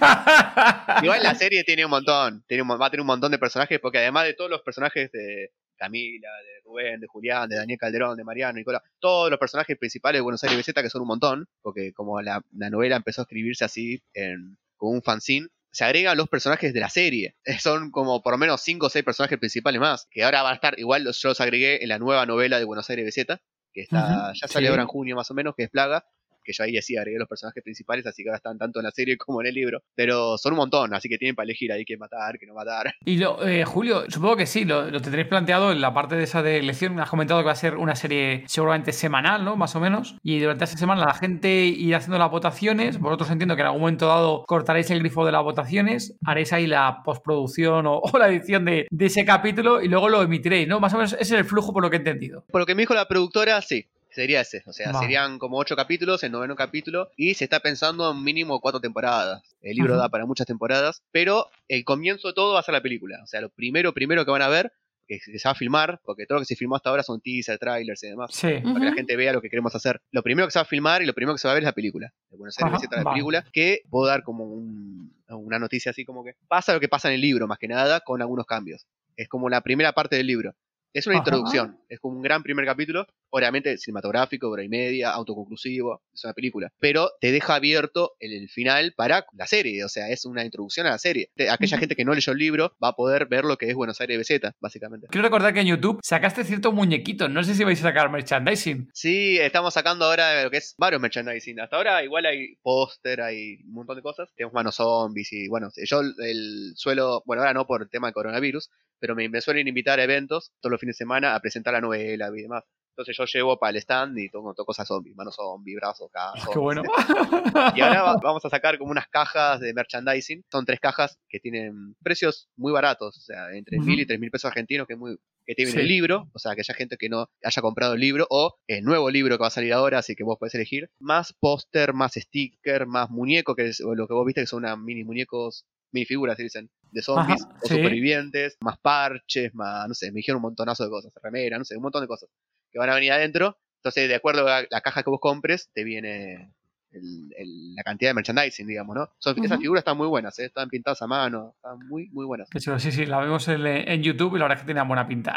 Igual la serie tiene un montón, tiene un, va a tener un montón de personajes, porque además de todos los personajes de Camila, de Rubén, de Julián, de Daniel Calderón, de Mariano, Nicolás, todos los personajes principales de Buenos Aires B Z, que son un montón, porque como la, la novela empezó a escribirse así, en, con un fanzine, se agregan los personajes de la serie. Son como por lo menos cinco o seis personajes principales más, que ahora van a estar, igual los, yo los agregué en la nueva novela de Buenos Aires B Z, que está, Ujú, ya sale sí. ahora en junio más o menos, que es Plaga, que yo ahí decía, agregué los personajes principales, así que ahora están tanto en la serie como en el libro. Pero son un montón, así que tienen para elegir ahí qué matar, qué no matar. Y lo, eh, Julio, supongo que sí, lo, lo tendréis planteado en la parte de esa de elección. Me has comentado que va a ser una serie seguramente semanal, ¿no? Más o menos. Y durante esa semana la gente irá haciendo las votaciones. Vosotros entiendo que en algún momento dado cortaréis el grifo de las votaciones, haréis ahí la postproducción o, o la edición de, de ese capítulo y luego lo emitiréis, ¿no? Más o menos ese es el flujo por lo que he entendido. Por lo que me dijo la productora, sí. Sería ese, o sea, Vale. serían como ocho capítulos, el noveno capítulo, y se está pensando en mínimo cuatro temporadas. El libro Ujú. da para muchas temporadas, pero el comienzo de todo va a ser la película. O sea, lo primero, primero que van a ver, que se va a filmar, porque todo lo que se filmó hasta ahora son teaser, trailers y demás, Sí. para que la Ujú. gente vea lo que queremos hacer. Lo primero que se va a filmar y lo primero que se va a ver es la película. De Buenos Aires Ajá, B Z, la vale. película, que puedo dar como un- una noticia así como que pasa lo que pasa en el libro, más que nada, con algunos cambios. Es como la primera parte del libro. Es una Ajá. introducción, es como un gran primer capítulo, obviamente cinematográfico, hora y media, autoconclusivo, es una película, pero te deja abierto el, el final para la serie, o sea, es una introducción a la serie. Te- aquella Ujú. gente que no leyó el libro va a poder ver lo que es Buenos Aires B Z, básicamente. Quiero recordar que en YouTube sacaste ciertos muñequitos. No sé si vais a sacar merchandising. Sí, estamos sacando ahora lo que es varios merchandising. Hasta ahora igual hay póster, hay un montón de cosas. Tenemos manos zombies y bueno, yo el, el suelo, bueno, ahora no por el tema del coronavirus, pero me, me suelen invitar a eventos todos los fines de semana a presentar la novela y demás. Entonces yo llevo para el stand y toco, toco cosas zombies, manos zombies, brazos, acá. Oh, qué bueno. Y ahora va, vamos a sacar como unas cajas de merchandising. Son tres cajas que tienen precios muy baratos, o sea, entre Uh-huh. mil y tres mil pesos argentinos, que es muy que tienen Sí. el libro, o sea, que haya gente que no haya comprado el libro, o el nuevo libro que va a salir ahora, así que vos podés elegir. Más póster, más sticker, más muñeco, que es lo que vos viste, que son unas mini muñecos, minifiguras, se dicen, de zombies Ajá, o sí. supervivientes, más parches, más, no sé, me dijeron un montonazo de cosas, remera, no sé, un montón de cosas que van a venir adentro. Entonces, de acuerdo a la caja que vos compres, te viene el, el, la cantidad de merchandising, digamos, ¿no? Son, Uh-huh. Esas figuras están muy buenas, ¿eh? Están pintadas a mano, están muy, muy buenas. Qué chulo, sí, sí, la vemos en, en YouTube y la verdad es que tenía buena pinta.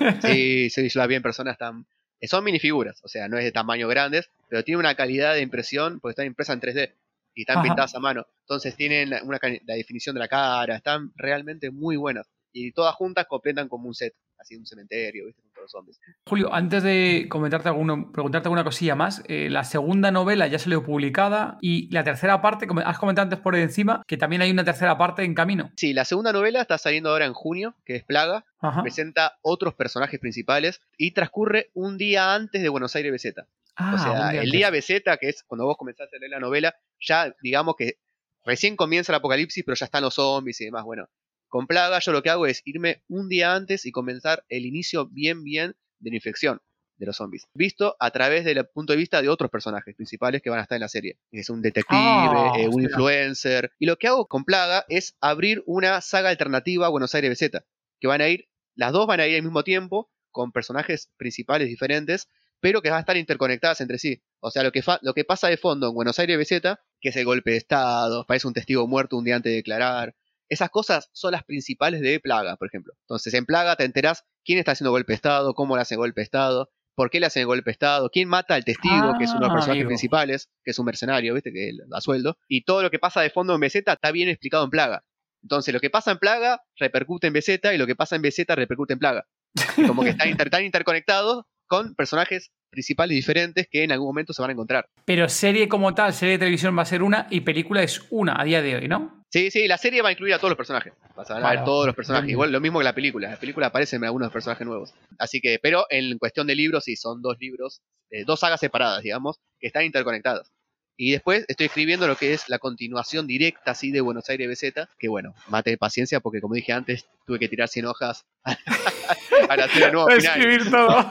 Sí, sí, yo la vi en persona, están... Son minifiguras, o sea, no es de tamaño grandes, pero tiene una calidad de impresión, porque están impresas en tres D y están Ajá. pintadas a mano. Entonces tienen una, la definición de la cara, están realmente muy buenas. Y todas juntas completan como un set, así un cementerio, ¿viste? Con todos los zombies. Julio, antes de comentarte alguno, preguntarte alguna cosilla más, eh, la segunda novela ya salió publicada y la tercera parte, como has comentado antes por encima, que también hay una tercera parte en camino. Sí, la segunda novela está saliendo ahora en junio, que es Plaga. Ajá. Presenta otros personajes principales y transcurre un día antes de Buenos Aires B Z. Ah, O sea, un día el antes. día B Z, que es cuando vos comenzaste a leer la novela, ya digamos que recién comienza el apocalipsis, pero ya están los zombies y demás. Bueno, con Plaga yo lo que hago es irme un día antes y comenzar el inicio bien bien de la infección de los zombies, visto a través del punto de vista de otros personajes principales que van a estar en la serie. Es un detective, Ah, eh, un hostia. influencer. Y lo que hago con Plaga es abrir una saga alternativa a Buenos Aires B Z, que van a ir, las dos van a ir al mismo tiempo, con personajes principales diferentes, pero que van a estar interconectadas entre sí. O sea, lo que, fa- lo que pasa de fondo en Buenos Aires B Z, que es el golpe de Estado, parece un testigo muerto un día antes de declarar. Esas cosas son las principales de Plaga, por ejemplo. Entonces, en Plaga te enterás quién está haciendo golpe de Estado, cómo le hacen golpe de Estado, por qué le hacen el golpe de Estado, quién mata al testigo, Ah, que es uno de los personajes amigo. principales, que es un mercenario, ¿viste? Que da sueldo. Y todo lo que pasa de fondo en B Z está bien explicado en Plaga. Entonces, lo que pasa en Plaga repercute en B Z y lo que pasa en B Z repercute en Plaga. Y como que están, inter- están interconectados con personajes principales diferentes que en algún momento se van a encontrar. Pero serie como tal, serie de televisión va a ser una y película es una a día de hoy, ¿no? Sí, sí, la serie va a incluir a todos los personajes. Vas a ver Vale, todos vale. los personajes. Bien. Igual lo mismo que la película. En la película aparecen algunos personajes nuevos. Así que, pero en cuestión de libros, sí, son dos libros, eh, dos sagas separadas, digamos, que están interconectadas. Y después estoy escribiendo lo que es la continuación directa así de Buenos Aires B Z, que bueno, mate paciencia porque como dije antes, tuve que tirar cien hojas para hacer el nuevo final. Escribir todo.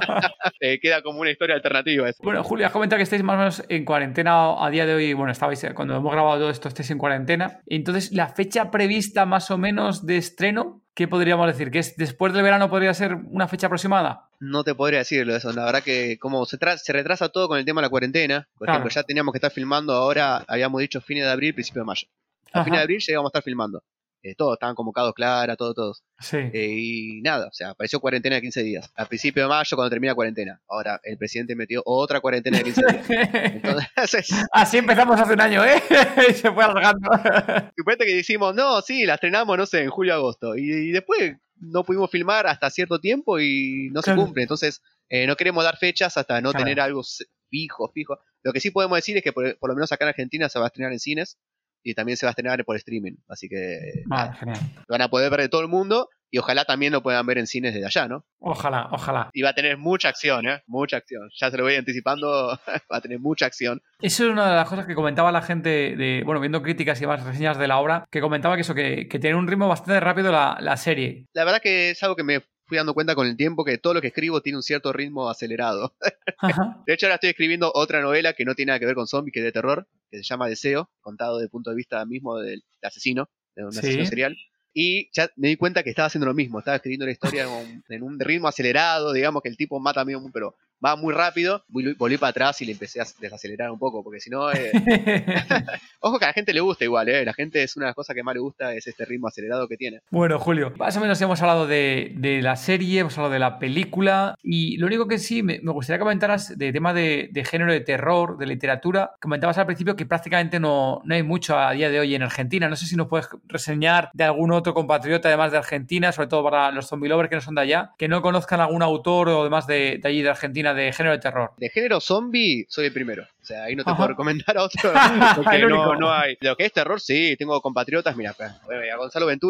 Eh, queda como una historia alternativa eso. Bueno, Julio, has comentado que estáis más o menos en cuarentena a día de hoy. Bueno, estabais, cuando hemos grabado todo esto, estáis en cuarentena. Entonces, la fecha prevista más o menos de estreno, ¿qué podríamos decir? ¿Que es después del verano podría ser una fecha aproximada? No te podría decirlo eso, la verdad que como se, tra- se retrasa todo con el tema de la cuarentena, por Claro. ejemplo, ya teníamos que estar filmando ahora, habíamos dicho fines de abril, principio de mayo. A Ajá. fines de abril ya íbamos a estar filmando. Eh, todos estaban convocados, Clara, todos, todos. Sí. Eh, y nada, o sea, apareció cuarentena de quince días. A principio de mayo, cuando termina la cuarentena. Ahora, el presidente metió otra cuarentena de quince días. Entonces, Así empezamos hace un año, ¿eh? Y se fue alargando. suponete que decimos, no, sí, la estrenamos, no sé, en julio, agosto. Y, y después no pudimos filmar hasta cierto tiempo y no Claro. se cumple. Entonces, eh, no queremos dar fechas hasta no Claro. tener algo se- fijo, fijo. Lo que sí podemos decir es que por, por lo menos acá en Argentina se va a estrenar en cines y también se va a estrenar por streaming. Así que Vale, nada, genial. lo van a poder ver de todo el mundo y ojalá también lo puedan ver en cines desde allá, ¿no? Ojalá, ojalá. Y va a tener mucha acción, ¿eh? Mucha acción. Ya se lo voy anticipando, va a tener mucha acción. Eso es una de las cosas que comentaba la gente, de, bueno, viendo críticas y más reseñas de la obra, que comentaba que eso, que, que tiene un ritmo bastante rápido la, la serie. La verdad que es algo que me fui dando cuenta con el tiempo, que todo lo que escribo tiene un cierto ritmo acelerado. Ajá. De hecho, ahora estoy escribiendo otra novela que no tiene nada que ver con zombies, que es de terror, que se llama Deseo, contado desde el punto de vista mismo del asesino, de un Sí. asesino serial. Y ya me di cuenta que estaba haciendo lo mismo, estaba escribiendo la historia en un, en un ritmo acelerado, digamos que el tipo mata medio, pero va muy rápido. Volví, volví para atrás y le empecé a desacelerar un poco, porque si no... Eh... Ojo que a la gente le gusta igual, ¿eh? La gente es una de las cosas que más le gusta, es este ritmo acelerado que tiene. Bueno, Julio, más o menos hemos hablado de, de la serie, hemos hablado de la película y lo único que sí me, me gustaría que comentaras de tema de, de género de terror, de literatura. Comentabas al principio que prácticamente no, no hay mucho a día de hoy en Argentina. No sé si nos puedes reseñar de algún otro compatriota además de Argentina, sobre todo para los zombie lovers que no son de allá, que no conozcan algún autor o demás de, de allí de Argentina de género de terror. De género zombie, soy el primero. O sea, ahí no te Ajá. puedo recomendar a otro, porque El único. no, no hay. Lo que es terror, sí, tengo compatriotas, mira, a Gonzalo Ventura,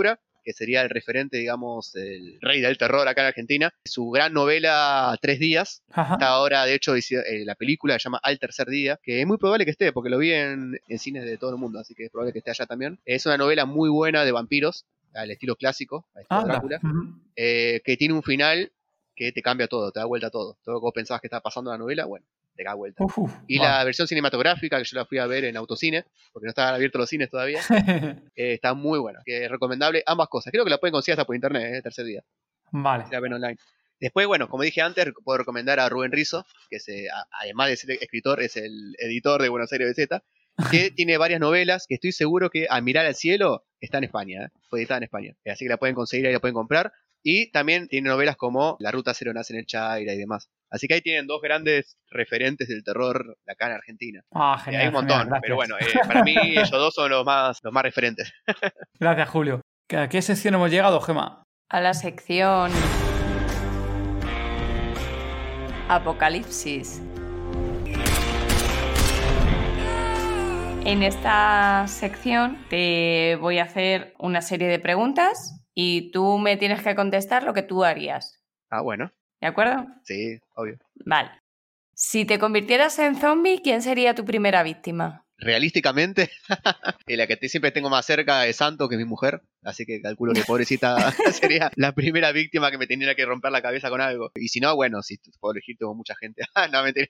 que sería el referente, digamos, el rey del terror acá en Argentina. Su gran novela Tres Días. Ajá. Está ahora, de hecho, eh, la película se llama Al Tercer Día, que es muy probable que esté, porque lo vi en, en cines de todo el mundo, así que es probable que esté allá también. Es una novela muy buena de vampiros, al estilo clásico, al estilo Anda. Drácula, Ujú. eh, que tiene un final que te cambia todo, te da vuelta a todo. Todo lo que vos pensabas que estaba pasando en la novela, bueno, te da vuelta. Uf, uf, Y va. la versión cinematográfica, que yo la fui a ver en Autocine, porque no estaban abiertos los cines todavía, eh, está muy buena. Que es recomendable ambas cosas. Creo que la pueden conseguir hasta por internet, eh, Tercer Día. Vale. Si la ven online. Después, bueno, como dije antes, puedo recomendar a Rubén Rizzo, que es, eh, a- además de ser escritor, es el editor de Buenos Aires B Z, que tiene varias novelas que estoy seguro que A Mirar al Cielo está en España, ¿eh? Fue editada en España. Eh, Así que la pueden conseguir y la pueden comprar. Y también tiene novelas como La Ruta Cero nace en el Chaira y demás. Así que ahí tienen dos grandes referentes del terror de acá en Argentina. Ah, Eh, genial. hay un montón, genial, pero gracias. bueno, eh, para mí ellos dos son los más, los más referentes. Gracias, Julio. ¿A qué sección hemos llegado, Gema? A la sección Apocalipsis. En esta sección te voy a hacer una serie de preguntas y tú me tienes que contestar lo que tú harías. Ah, bueno, ¿De acuerdo? sí, obvio. Vale. Si te convirtieras en zombie, ¿quién sería tu primera víctima? Realísticamente, y la que te- siempre tengo más cerca es Santo, que es mi mujer, así que calculo que pobrecita sería la primera víctima que me tendría que romper la cabeza con algo. Y si no, bueno, si puedo elegir, tengo mucha gente. Ah, no, mentira.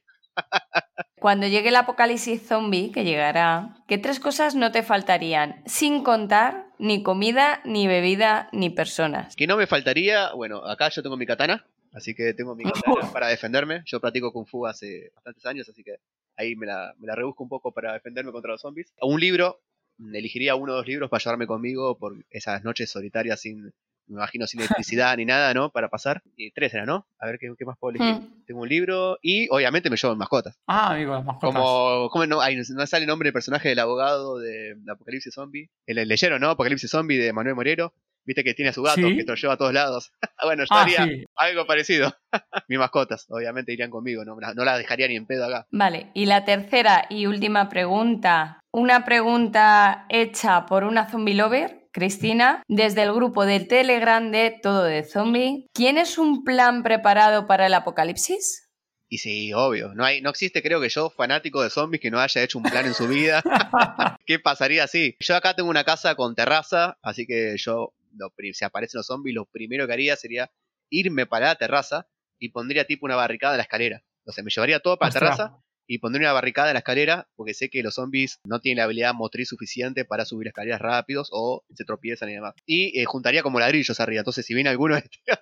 Cuando llegue el apocalipsis zombie, que llegará, ¿qué tres cosas no te faltarían? Sin contar ni comida, ni bebida, ni personas. Que no me faltaría, bueno, acá yo tengo mi katana, así que tengo mi katana para defenderme. Yo practico Kung Fu hace bastantes años, así que ahí me la, me la rebusco un poco para defenderme contra los zombies. Un libro, elegiría uno o dos libros para llevarme conmigo por esas noches solitarias sin, me imagino, sin electricidad ni nada, ¿no? Para pasar. Y tres era, ¿no? A ver qué, qué más puedo elegir. Hmm. Tengo un libro y obviamente me llevo mascotas. Ah, amigo, las mascotas. Como, ¿cómo no? Ay, no sale el nombre del personaje del abogado de, de Apocalipsis Zombie. El, el leyeron, ¿no? Apocalipsis Zombie de Manuel Morero. Viste que tiene a su gato, Sí. que te lo lleva a todos lados. Bueno, yo Ah, haría sí. algo parecido. Mis mascotas, obviamente, irían conmigo. No, no las dejaría ni en pedo acá. Vale, y la tercera y última pregunta. Una pregunta hecha por una zombie lover, Cristina, desde el grupo del Telegram de Todo de Zombie. ¿Tienes un plan preparado para el apocalipsis? Y sí, obvio. No hay, no existe, creo que yo, fanático de zombies, que no haya hecho un plan en su vida. ¿Qué pasaría así? Yo acá tengo una casa con terraza, así que yo, lo, pri- si aparecen los zombies, lo primero que haría sería irme para la terraza y pondría tipo una barricada en la escalera. O sea, me llevaría todo para Ostras. la terraza y pondría una barricada en la escalera porque sé que los zombies no tienen la habilidad motriz suficiente para subir escaleras rápidos o se tropiezan y demás. Y eh, juntaría como ladrillos arriba. Entonces, si viene alguno,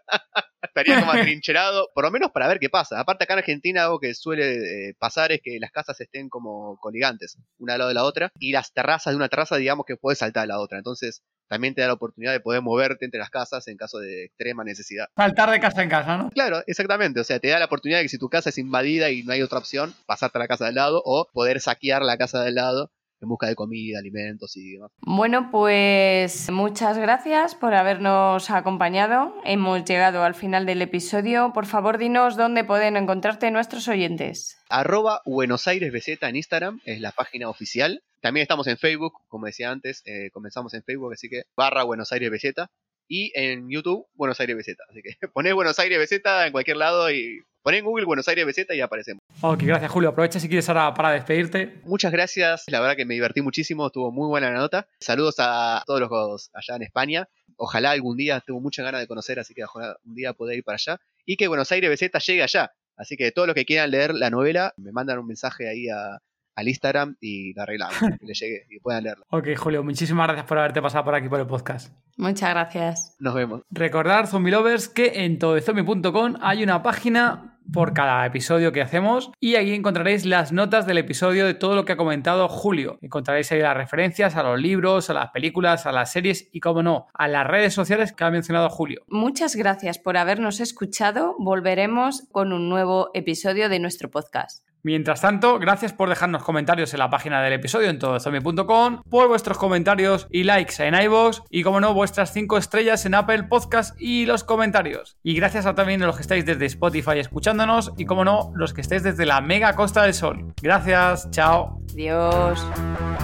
estaría como atrincherado, por lo menos para ver qué pasa. Aparte, acá en Argentina, algo que suele eh, pasar es que las casas estén como coligantes, una al lado de la otra, y las terrazas de una terraza, digamos que puedes saltar a la otra. Entonces, también te da la oportunidad de poder moverte entre las casas en caso de extrema necesidad. Saltar de casa en casa, ¿no? Claro, exactamente. O sea, te da la oportunidad de que si tu casa es invadida y no hay otra opción, pasarte a la casa del lado o poder saquear la casa del lado en busca de comida, alimentos y demás. Bueno, pues muchas gracias por habernos acompañado. Hemos llegado al final del episodio. Por favor, dinos dónde pueden encontrarte nuestros oyentes. Arroba Buenos Aires B Z en Instagram, es la página oficial. También estamos en Facebook, como decía antes, eh, comenzamos en Facebook, así que barra Buenos Aires B Z. Y en YouTube, Buenos Aires B Z. Así que ponés Buenos Aires B Z en cualquier lado y ponés en Google Buenos Aires B Z y aparecemos. Ok, gracias, Julio. Aprovecha si quieres ahora para despedirte. Muchas gracias, la verdad que me divertí muchísimo, estuvo muy buena la nota. Saludos a todos los allá en España. Ojalá algún día, tengo muchas ganas de conocer, así que ojalá un día poder ir para allá. Y que Buenos Aires B Z llegue allá. Así que todos los que quieran leer la novela, me mandan un mensaje ahí a, al Instagram y la arreglamos, que les llegue y puedan leerla. Ok, Julio, muchísimas gracias por haberte pasado por aquí por el podcast. Muchas gracias. Nos vemos. Recordar, zombie lovers, que en todozombie punto com hay una página por cada episodio que hacemos y ahí encontraréis las notas del episodio de todo lo que ha comentado Julio. Encontraréis ahí las referencias a los libros, a las películas, a las series y, como no, a las redes sociales que ha mencionado Julio. Muchas gracias por habernos escuchado. Volveremos con un nuevo episodio de nuestro podcast. Mientras tanto, gracias por dejarnos comentarios en la página del episodio en todozombie punto com, por vuestros comentarios y likes en iVoox y, como no, vuestras cinco estrellas en Apple Podcast y los comentarios. Y gracias a también a los que estáis desde Spotify escuchándonos y, como no, los que estáis desde la mega Costa del Sol. Gracias, chao. Adiós.